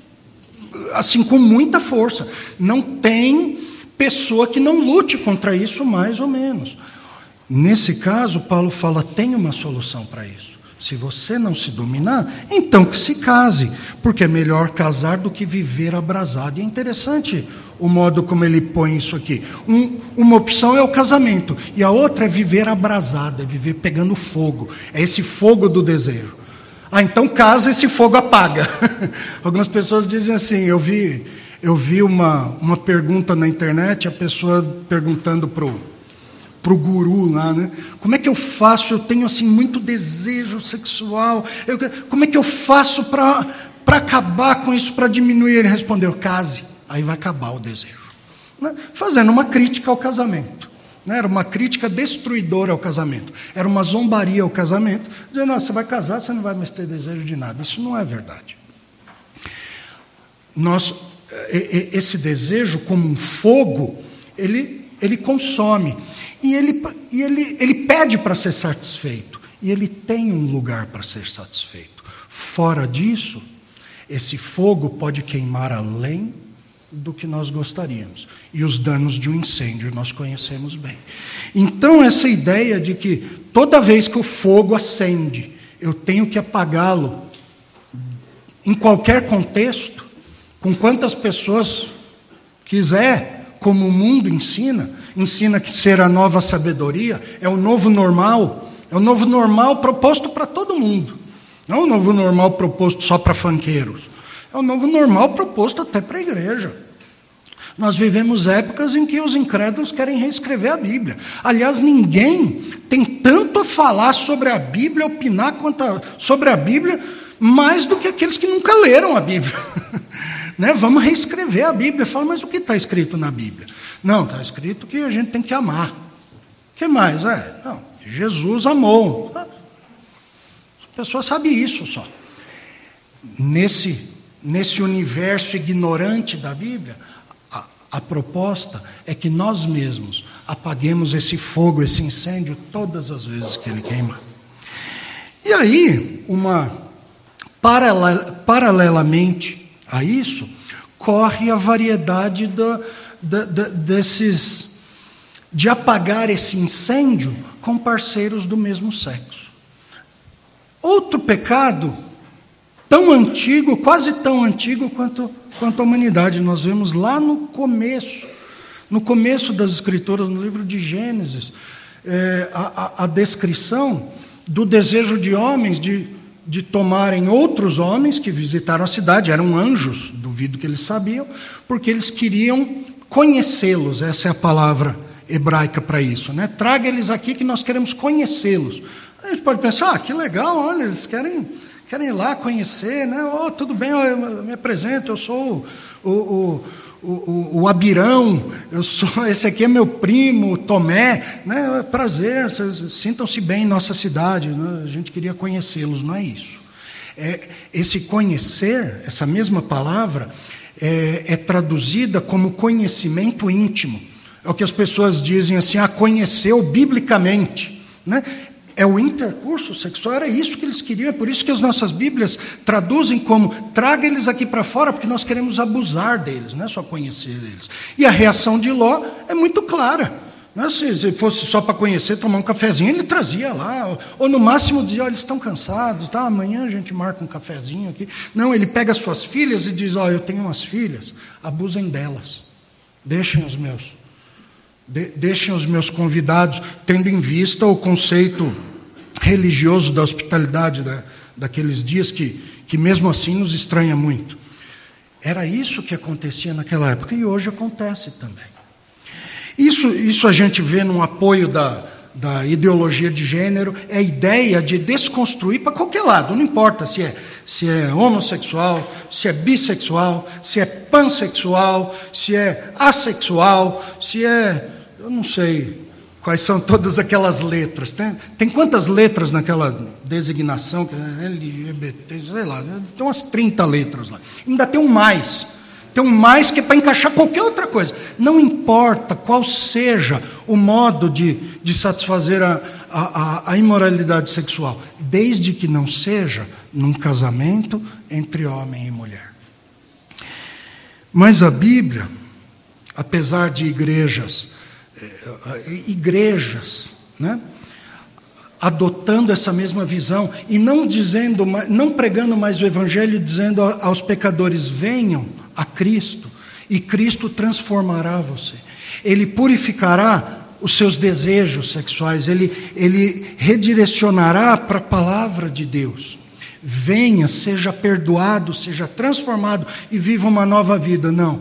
assim, com muita força. Não tem pessoa que não lute contra isso, mais ou menos. Nesse caso, Paulo fala, tem uma solução para isso. Se você não se dominar, então que se case, porque é melhor casar do que viver abrasado. E é interessante o modo como ele põe isso aqui. Um, uma opção é o casamento, e a outra é viver abrasado, é viver pegando fogo. É esse fogo do desejo. Ah, então casa, esse fogo apaga. Algumas pessoas dizem assim, eu vi, eu vi uma, uma pergunta na internet, a pessoa perguntando para o para o guru lá, né? Como é que eu faço? Eu tenho assim muito desejo sexual. Eu, como é que eu faço para para acabar com isso, para diminuir? Ele respondeu, case, aí vai acabar o desejo. Né? Fazendo uma crítica ao casamento. Né? Era uma crítica destruidora ao casamento. Era uma zombaria ao casamento. Dizendo, você vai casar, você não vai mais ter desejo de nada. Isso não é verdade. Nós, esse desejo, como um fogo, ele, ele consome. E ele, e ele, ele pede para ser satisfeito. E ele tem um lugar para ser satisfeito. Fora disso, esse fogo pode queimar além do que nós gostaríamos. E os danos de um incêndio nós conhecemos bem. Então, essa ideia de que toda vez que o fogo acende, eu tenho que apagá-lo, em qualquer contexto, com quantas pessoas quiser, como o mundo ensina, ensina que ser a nova sabedoria é o novo normal, é o novo normal proposto para todo mundo. Não é o novo normal proposto só para fanqueiros. É o novo normal proposto até para a igreja. Nós vivemos épocas em que os incrédulos querem reescrever a Bíblia. Aliás, ninguém tem tanto a falar sobre a Bíblia, opinar quanto a, sobre a Bíblia, mais do que aqueles que nunca leram a Bíblia. Né? Vamos reescrever a Bíblia. Fala, mas o que está escrito na Bíblia? Não, está escrito que a gente tem que amar. O que mais? É, não, Jesus amou. pessoa sabe isso só. Nesse, nesse universo ignorante da Bíblia, a, a proposta é que nós mesmos apaguemos esse fogo, esse incêndio, todas as vezes que ele queima. E aí, uma, paralela, paralelamente a isso, corre a variedade da, da, da, desses, de apagar esse incêndio com parceiros do mesmo sexo. Outro pecado, tão antigo, quase tão antigo quanto, quanto a humanidade, nós vemos lá no começo, no começo das Escrituras, no livro de Gênesis, é, a, a, a descrição do desejo de homens de, de tomarem outros homens que visitaram a cidade, eram anjos, duvido que eles sabiam, porque eles queriam conhecê-los, essa é a palavra hebraica para isso, né? Traga eles aqui que nós queremos conhecê-los. A gente pode pensar, ah, que legal, olha, eles querem, querem ir lá conhecer, né? Oh, tudo bem, eu me apresento, eu sou o, o, o, o, o Abirão, eu sou, esse aqui é meu primo, Tomé, né? Prazer, sintam-se bem em nossa cidade, né? A gente queria conhecê-los, não é isso. É, esse conhecer, essa mesma palavra, é, é traduzida como conhecimento íntimo. É o que as pessoas dizem assim, ah, conheceu biblicamente, né? É o intercurso sexual, era isso que eles queriam, é por isso que as nossas Bíblias traduzem como, traga eles aqui para fora, porque nós queremos abusar deles, não é só conhecer eles. E a reação de Ló é muito clara, né? Se, se fosse só para conhecer, tomar um cafezinho, ele trazia lá, ou, ou no máximo dizia, olha, eles estão cansados, tá? Amanhã a gente marca um cafezinho aqui. Não, ele pega as suas filhas e diz, ó, eu tenho umas filhas, abusem delas, deixem os meus. De, deixem os meus convidados, tendo em vista o conceito religioso da hospitalidade da, daqueles dias, que, que mesmo assim nos estranha muito. Era isso que acontecia naquela época e hoje acontece também. Isso, isso a gente vê num apoio da, da ideologia de gênero, é a ideia de desconstruir para qualquer lado, não importa se é, se é homossexual, se é bissexual, se é pansexual, se é assexual, se é... eu não sei quais são todas aquelas letras. Tem, tem quantas letras naquela designação? L G B T, sei lá, tem umas trinta letras lá. Ainda tem um mais. Tem um mais que é para encaixar qualquer outra coisa. Não importa qual seja o modo de, de satisfazer a, a, a imoralidade sexual, desde que não seja num casamento entre homem e mulher. Mas a Bíblia, apesar de igrejas igrejas, né, adotando essa mesma visão e não dizendo, não pregando mais o evangelho, dizendo aos pecadores, venham a Cristo e Cristo transformará você. Ele purificará os seus desejos sexuais, ele, ele redirecionará para a palavra de Deus. Venha, seja perdoado, seja transformado e viva uma nova vida. Não,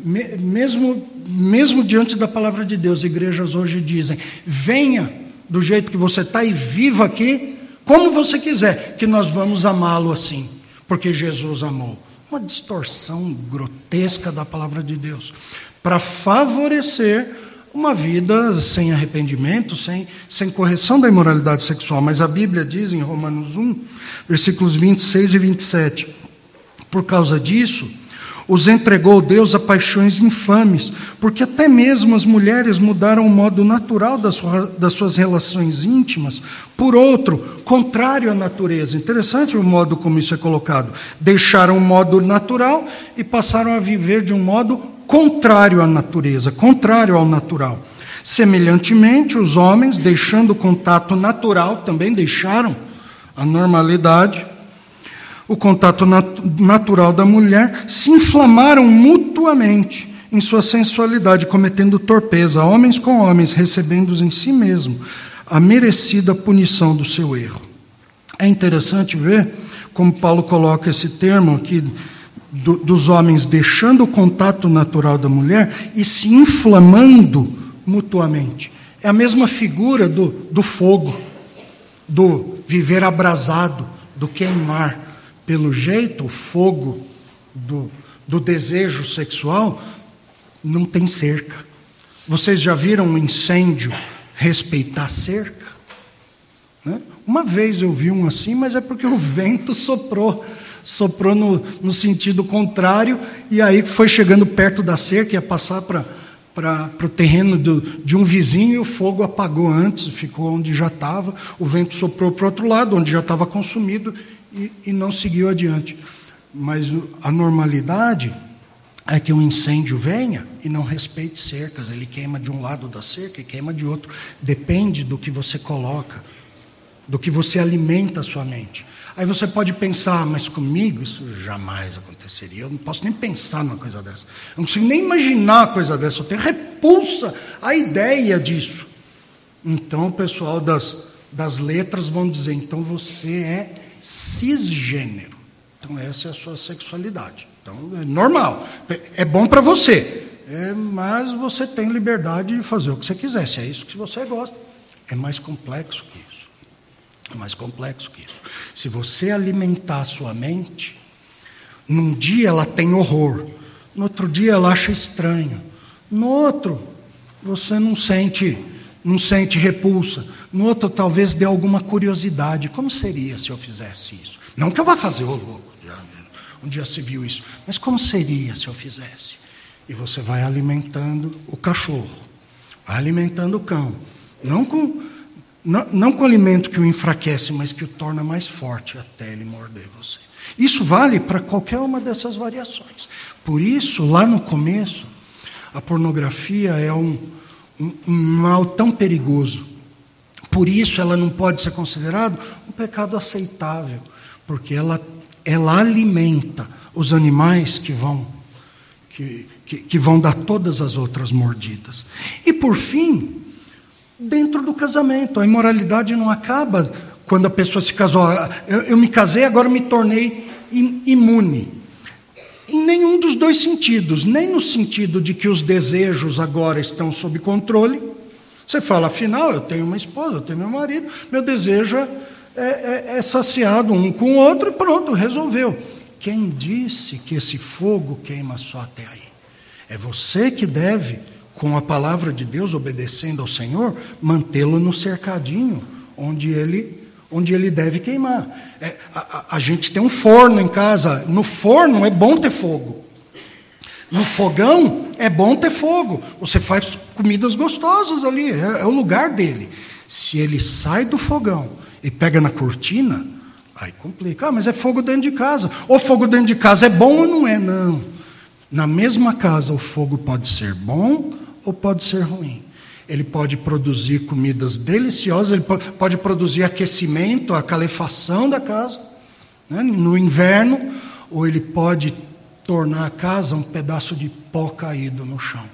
mesmo, mesmo diante da palavra de Deus, igrejas hoje dizem, venha do jeito que você está e viva aqui como você quiser, que nós vamos amá-lo assim, porque Jesus amou. Uma distorção grotesca da palavra de Deus, para favorecer uma vida sem arrependimento, sem, sem correção da imoralidade sexual. Mas a Bíblia diz em Romanos um, versículos vinte e seis e vinte e sete, por causa disso, os entregou Deus a paixões infames, porque até mesmo as mulheres mudaram o modo natural das, das suas relações íntimas por outro, contrário à natureza. Interessante o modo como isso é colocado. Deixaram o modo natural e passaram a viver de um modo contrário à natureza, contrário ao natural. Semelhantemente, os homens, deixando o contato natural, também deixaram a normalidade, o contato nat- natural da mulher, se inflamaram mutuamente em sua sensualidade, cometendo torpeza, homens com homens, recebendo em si mesmo a merecida punição do seu erro. É interessante ver como Paulo coloca esse termo aqui, do, dos homens deixando o contato natural da mulher e se inflamando mutuamente. É a mesma figura do, do fogo, do viver abrasado, do queimar. Pelo jeito, o fogo do, do desejo sexual não tem cerca. Vocês já viram um incêndio respeitar cerca? né? Uma vez eu vi um assim, mas é porque o vento soprou, soprou no, no sentido contrário, e aí foi chegando perto da cerca, ia passar para para o terreno do, de um vizinho, e o fogo apagou antes, ficou onde já estava, o vento soprou para o outro lado, onde já estava consumido, e, e não seguiu adiante. Mas a normalidade é que um incêndio venha e não respeite cercas, ele queima de um lado da cerca e queima de outro. Depende do que você coloca, do que você alimenta a sua mente. Aí você pode pensar, mas comigo isso jamais aconteceria, eu não posso nem pensar numa coisa dessa, eu não consigo nem imaginar uma coisa dessa, eu tenho repulsa à ideia disso. Então o pessoal das, das letras vão dizer, então você é cisgênero, então essa é a sua sexualidade, então é normal, é bom para você, é, mas você tem liberdade de fazer o que você quiser, se é isso que você gosta. É mais complexo que isso. É mais complexo que isso. Se você alimentar a sua mente, num dia ela tem horror, no outro dia ela acha estranho, no outro você não sente, não sente repulsa, no outro talvez dê alguma curiosidade. Como seria se eu fizesse isso? Não que eu vá fazer, ô louco, já, um dia se viu isso, mas como seria se eu fizesse? E você vai alimentando o cachorro, vai alimentando o cão, não com... Não, não com alimento que o enfraquece, mas que o torna mais forte até ele morder você. Isso vale para qualquer uma dessas variações. Por isso, lá no começo, a pornografia é um, um, um mal tão perigoso. Por isso, ela não pode ser considerada um pecado aceitável, porque ela, ela alimenta os animais que vão, que, que, que vão dar todas as outras mordidas. E, por fim, dentro do casamento, a imoralidade não acaba quando a pessoa se casou. Eu, eu me casei, agora me tornei imune. Em nenhum dos dois sentidos, nem no sentido de que os desejos agora estão sob controle. Você fala, afinal, eu tenho uma esposa, eu tenho meu marido, meu desejo é, é, é saciado um com o outro e pronto, resolveu. Quem disse que esse fogo queima só até aí? É você que deve, com a palavra de Deus, obedecendo ao Senhor, mantê-lo no cercadinho, onde ele, onde ele deve queimar. É, a, a, a gente tem um forno em casa, no forno é bom ter fogo. No fogão é bom ter fogo. Você faz comidas gostosas ali, é, é o lugar dele. Se ele sai do fogão e pega na cortina, aí complica. Ah, mas é fogo dentro de casa. Ou fogo dentro de casa é bom ou não é? Não. Na mesma casa o fogo pode ser bom ou pode ser ruim. Ele pode produzir comidas deliciosas, ele pode produzir aquecimento, a calefação da casa, né, no inverno, ou ele pode tornar a casa um pedaço de pó caído no chão.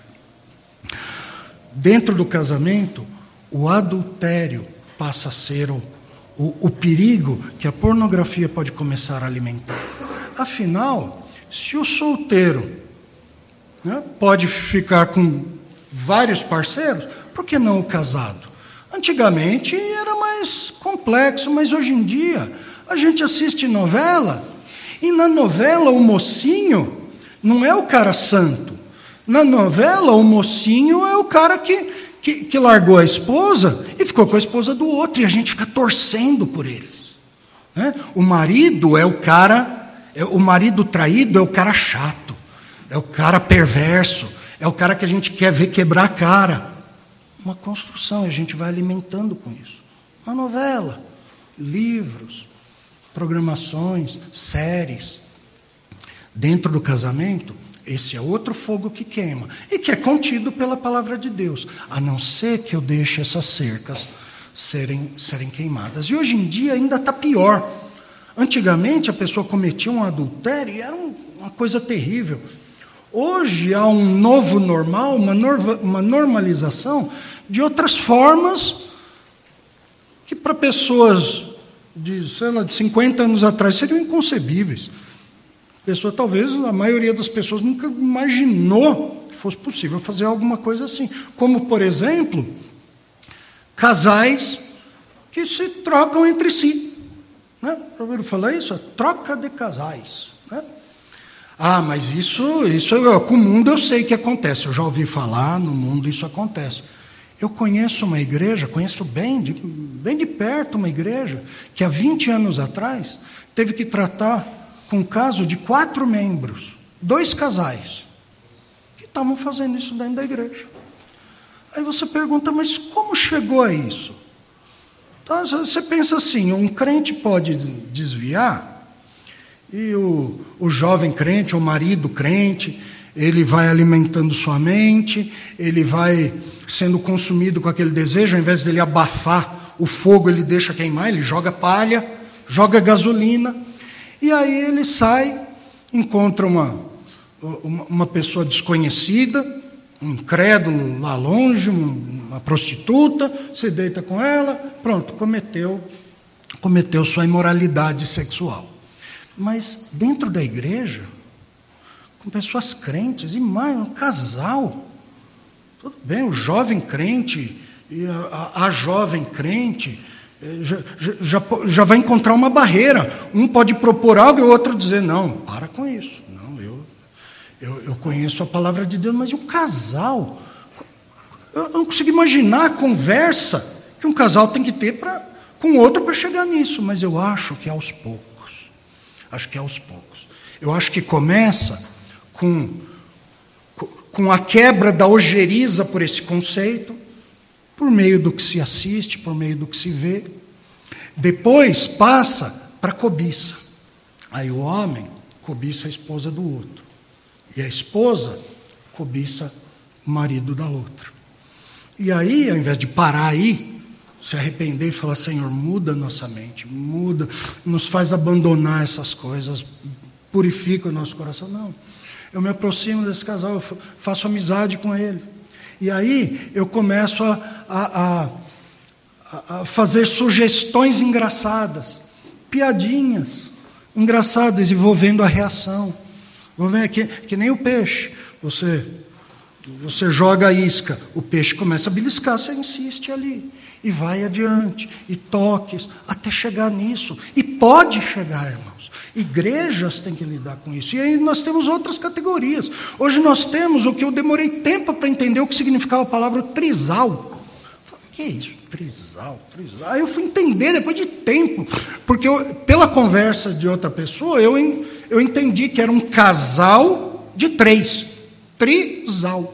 Dentro do casamento, o adultério passa a ser o, o, o perigo que a pornografia pode começar a alimentar. Afinal, se o solteiro, né, pode ficar com vários parceiros, por que não o casado? Antigamente era mais complexo, mas hoje em dia a gente assiste novela, e na novela o mocinho não é o cara santo. Na novela o mocinho é o cara que, que, que largou a esposa e ficou com a esposa do outro, e a gente fica torcendo por eles. Né? O marido é o cara, é, o marido traído é o cara chato, é o cara perverso, é o cara que a gente quer ver quebrar a cara. Uma construção, a gente vai alimentando com isso. Uma novela, livros, programações, séries. Dentro do casamento, esse é outro fogo que queima, e que é contido pela palavra de Deus, a não ser que eu deixe essas cercas serem, serem queimadas. E hoje em dia ainda está pior. Antigamente a pessoa cometia um adultério e era um, uma coisa terrível. Hoje há um novo normal, uma, norma, uma normalização de outras formas que para pessoas de, sei lá, de cinquenta anos atrás seriam inconcebíveis. A pessoa, talvez, a maioria das pessoas nunca imaginou que fosse possível fazer alguma coisa assim. Como, por exemplo, casais que se trocam entre si. Né? Já ouviram falar isso? A troca de casais. Né? Ah, mas isso, isso com o mundo eu sei que acontece. Eu já ouvi falar, no mundo isso acontece. Eu conheço uma igreja, conheço bem de, bem de perto uma igreja, que há vinte anos atrás teve que tratar com um caso de quatro membros, dois casais, que estavam fazendo isso dentro da igreja. Aí você pergunta, mas como chegou a isso? Então, você pensa assim, um crente pode desviar, e o, o jovem crente, o marido crente, ele vai alimentando sua mente, ele vai sendo consumido com aquele desejo, ao invés dele abafar o fogo, ele deixa queimar, ele joga palha, joga gasolina, e aí ele sai, encontra uma, uma, uma pessoa desconhecida, um incrédulo lá longe, uma prostituta, se deita com ela, pronto, cometeu, cometeu sua imoralidade sexual. Mas dentro da igreja, com pessoas crentes, e mais, um casal, tudo bem, o jovem crente e a, a, a jovem crente já, já, já vai encontrar uma barreira. Um pode propor algo e o outro dizer, não, para com isso. Não, eu, eu, eu conheço a palavra de Deus, mas e um casal? Eu, eu não consigo imaginar a conversa que um casal tem que ter pra, com o outro para chegar nisso, mas eu acho que é aos poucos. Acho que é aos poucos. Eu acho que começa com, com a quebra da ojeriza por esse conceito, por meio do que se assiste, por meio do que se vê. Depois passa para a cobiça. Aí o homem cobiça a esposa do outro. E a esposa cobiça o marido da outra. E aí, ao invés de parar aí, se arrepender e falar, Senhor, muda nossa mente, muda, nos faz abandonar essas coisas, purifica o nosso coração. Não, eu me aproximo desse casal, eu faço amizade com ele. E aí eu começo a, a, a, a fazer sugestões engraçadas, piadinhas engraçadas, e vou vendo a reação. Vou vendo aqui, que nem o peixe, você, você joga a isca, o peixe começa a beliscar, você insiste ali. E vai adiante, e toques, até chegar nisso. E pode chegar, irmãos. Igrejas têm que lidar com isso. E aí nós temos outras categorias. Hoje nós temos o que eu demorei tempo para entender o que significava a palavra trisal. O que é isso? Trisal, trisal. Aí eu fui entender depois de tempo. Porque eu, pela conversa de outra pessoa, eu, eu entendi que era um casal de três. Trisal.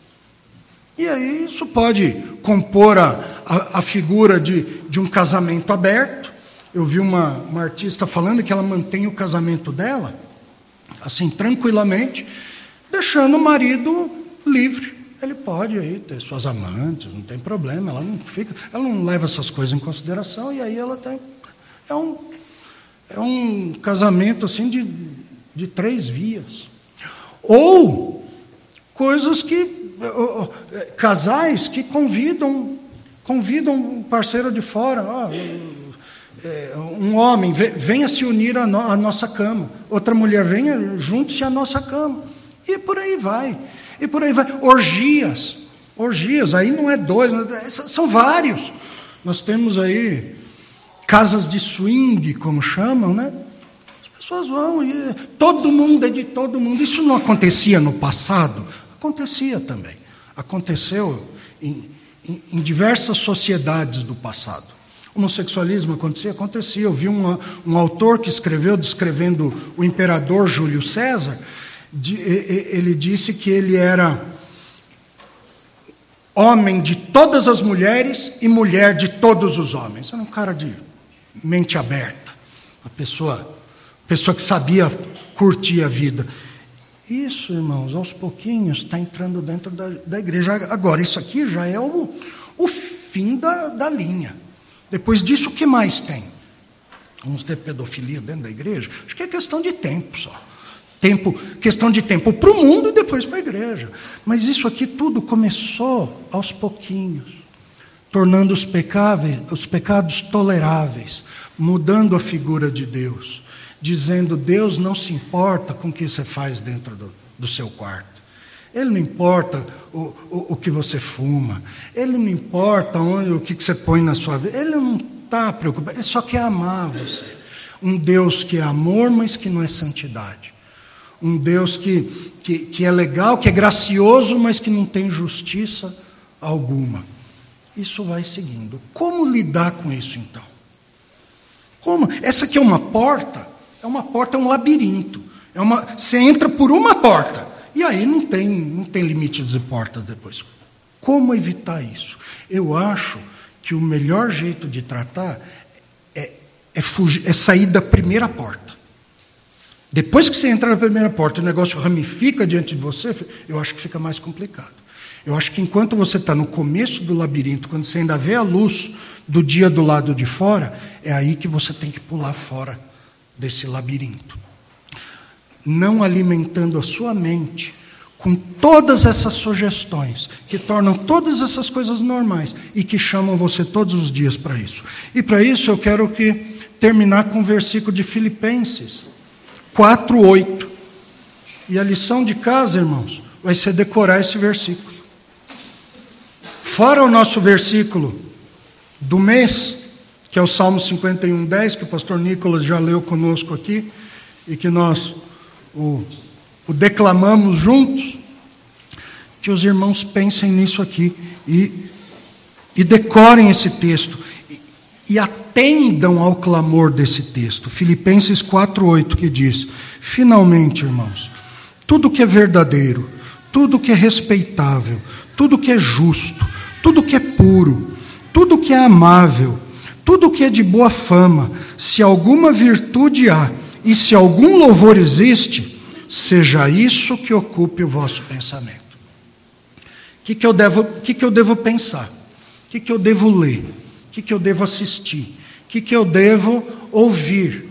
E aí isso pode compor a, a, a figura de, de um casamento aberto. Eu vi uma, uma artista falando que ela mantém o casamento dela, assim, tranquilamente, deixando o marido livre. Ele pode aí ter suas amantes, não tem problema, ela não fica, ela não leva essas coisas em consideração, e aí ela tem. É um, é um casamento assim de, de três vias. Ou coisas que. Casais que convidam, convidam um parceiro de fora. Ah, um homem, venha se unir à, no, à nossa cama. Outra mulher, venha, junte-se à nossa cama. E por aí vai. E por aí vai. Orgias. Orgias, aí não é dois, são vários. Nós temos aí casas de swing, como chamam, né? As pessoas vão e todo mundo é de todo mundo. Isso não acontecia no passado? Acontecia também. Aconteceu em, em, em diversas sociedades do passado. O homossexualismo acontecia? Acontecia. Eu vi uma, um autor que escreveu, descrevendo o imperador Júlio César, de, ele disse que ele era homem de todas as mulheres e mulher de todos os homens. Era um cara de mente aberta, uma pessoa, pessoa que sabia curtir a vida. Isso, irmãos, aos pouquinhos está entrando dentro da, da igreja. Agora, isso aqui já é o, o fim da, da linha. Depois disso, o que mais tem? Vamos ter pedofilia dentro da igreja? Acho que é questão de tempo só. Tempo, questão de tempo para o mundo e depois para a igreja. Mas isso aqui tudo começou aos pouquinhos, tornando os, pecáveis, os pecados toleráveis, mudando a figura de Deus, dizendo, Deus não se importa com o que você faz dentro do, do seu quarto. Ele não importa o, o, o que você fuma. Ele não importa onde, o que, que você põe na sua vida. Ele não está preocupado. Ele só quer amar você. Um Deus que é amor, mas que não é santidade. Um Deus que, que, que é legal, que é gracioso, mas que não tem justiça alguma. isso vai seguindo. Como lidar com isso, então? Como? Essa aqui é uma porta, é uma porta, é um labirinto. É uma, você entra por uma porta, e aí não tem, não tem limite de portas depois. Como evitar isso? Eu acho que o melhor jeito de tratar é, é, fugir, é sair da primeira porta. Depois que você entra na primeira porta, o negócio ramifica diante de você, eu acho que fica mais complicado. Eu acho que enquanto você está no começo do labirinto, quando você ainda vê a luz do dia do lado de fora, é aí que você tem que pular fora desse labirinto. Não alimentando a sua mente com todas essas sugestões, que tornam todas essas coisas normais e que chamam você todos os dias para isso. E para isso eu quero que terminar com o versículo de Filipenses quatro, oito. E a lição de casa, irmãos, vai ser decorar esse versículo. Fora o nosso versículo do mês, que é o Salmo cinquenta e um, dez, que o pastor Nicolas já leu conosco aqui, e que nós o, o declamamos juntos, que os irmãos pensem nisso aqui e, e decorem esse texto e, e atendam ao clamor desse texto. Filipenses quatro, oito, que diz: finalmente, irmãos, tudo que é verdadeiro, tudo que é respeitável, tudo que é justo, tudo que é puro, tudo que é amável, tudo que é de boa fama, se alguma virtude há e se algum louvor existe, seja isso que ocupe o vosso pensamento. O que, que, eu, devo, que, que eu devo pensar? O que, que eu devo ler? O que, que eu devo assistir? O que, que eu devo ouvir?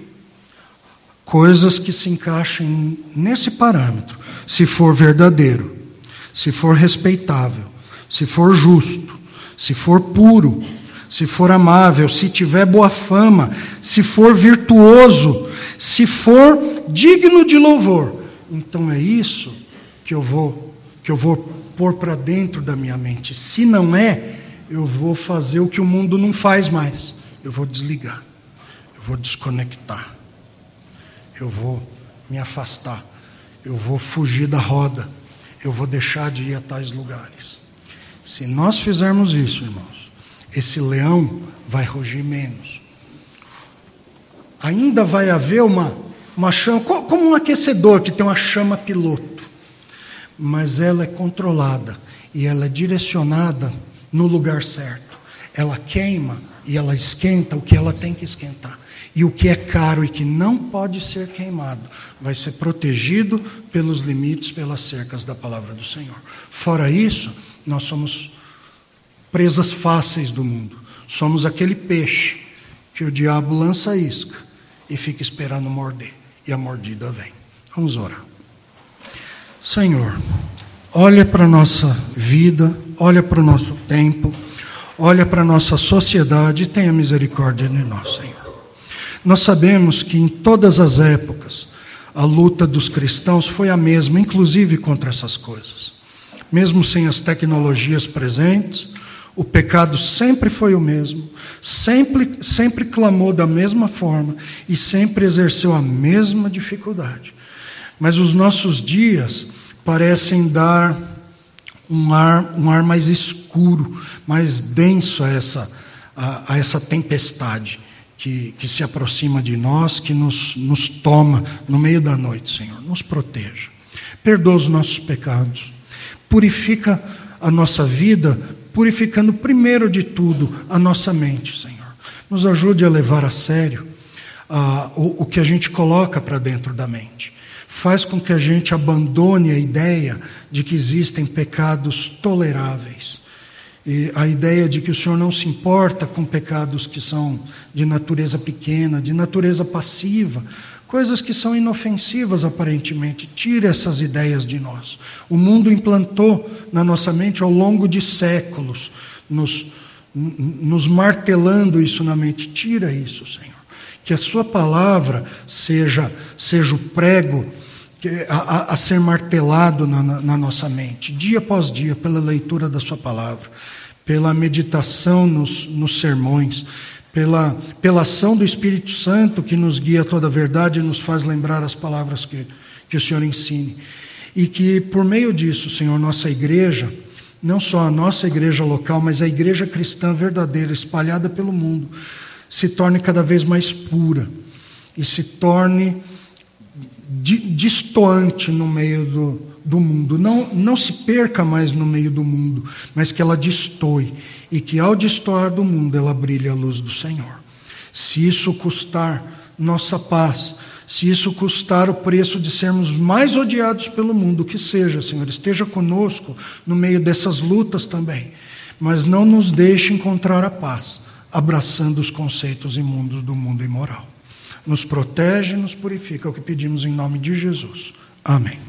Coisas que se encaixem nesse parâmetro. Se for verdadeiro, se for respeitável, se for justo, se for puro, se for amável, se tiver boa fama, se for virtuoso, se for digno de louvor. Então é isso que eu vou, que eu vou pôr para dentro da minha mente. Se não é, eu vou fazer o que o mundo não faz mais. Eu vou desligar, eu vou desconectar, eu vou me afastar, eu vou fugir da roda, eu vou deixar de ir a tais lugares. Se nós fizermos isso, irmãos, esse leão vai rugir menos. Ainda vai haver uma, uma chama, como um aquecedor que tem uma chama piloto, mas ela é controlada e ela é direcionada no lugar certo. Ela queima e ela esquenta o que ela tem que esquentar. E o que é caro e que não pode ser queimado vai ser protegido pelos limites, pelas cercas da palavra do Senhor. Fora isso, nós somos presas fáceis do mundo. Somos aquele peixe que o diabo lança a isca e fica esperando morder. E a mordida vem. Vamos orar. Senhor, olha para a nossa vida, olha para o nosso tempo, olha para a nossa sociedade e tenha misericórdia de nós, Senhor. Nós sabemos que em todas as épocas a luta dos cristãos foi a mesma, inclusive contra essas coisas. Mesmo sem as tecnologias presentes, o pecado sempre foi o mesmo, sempre, sempre clamou da mesma forma e sempre exerceu a mesma dificuldade. Mas os nossos dias parecem dar um ar, um ar mais escuro, mais denso a essa, a, a essa tempestade que, que se aproxima de nós, que nos, nos toma no meio da noite, Senhor. Nos proteja. Perdoa os nossos pecados. Purifica a nossa vida, purificando primeiro de tudo a nossa mente, Senhor. Nos ajude a levar a sério ah, o, o que a gente coloca para dentro da mente. Faz com que a gente abandone a ideia de que existem pecados toleráveis. E a ideia de que o Senhor não se importa com pecados que são de natureza pequena, de natureza passiva, coisas que são inofensivas aparentemente. Tire essas ideias de nós. O mundo implantou na nossa mente ao longo de séculos, nos, nos martelando isso na mente. Tira isso, Senhor. Que a sua palavra seja, seja o prego a, a, a ser martelado na, na, na nossa mente, dia após dia, pela leitura da sua palavra, pela meditação nos, nos sermões, Pela, pela ação do Espírito Santo que nos guia a toda a verdade e nos faz lembrar as palavras que, que o Senhor ensine. E que por meio disso, Senhor, nossa igreja não só a nossa igreja local, mas a igreja cristã verdadeira, espalhada pelo mundo, se torne cada vez mais pura e se torne di- distoante no meio do, do mundo. Não, não se perca mais no meio do mundo, mas que ela destoe, e que ao destoar do mundo ela brilhe a luz do Senhor. Se isso custar nossa paz, se isso custar o preço de sermos mais odiados pelo mundo, que seja, Senhor, esteja conosco no meio dessas lutas também, mas não nos deixe encontrar a paz abraçando os conceitos imundos do mundo imoral. Nos protege e nos purifica, é o que pedimos em nome de Jesus. Amém.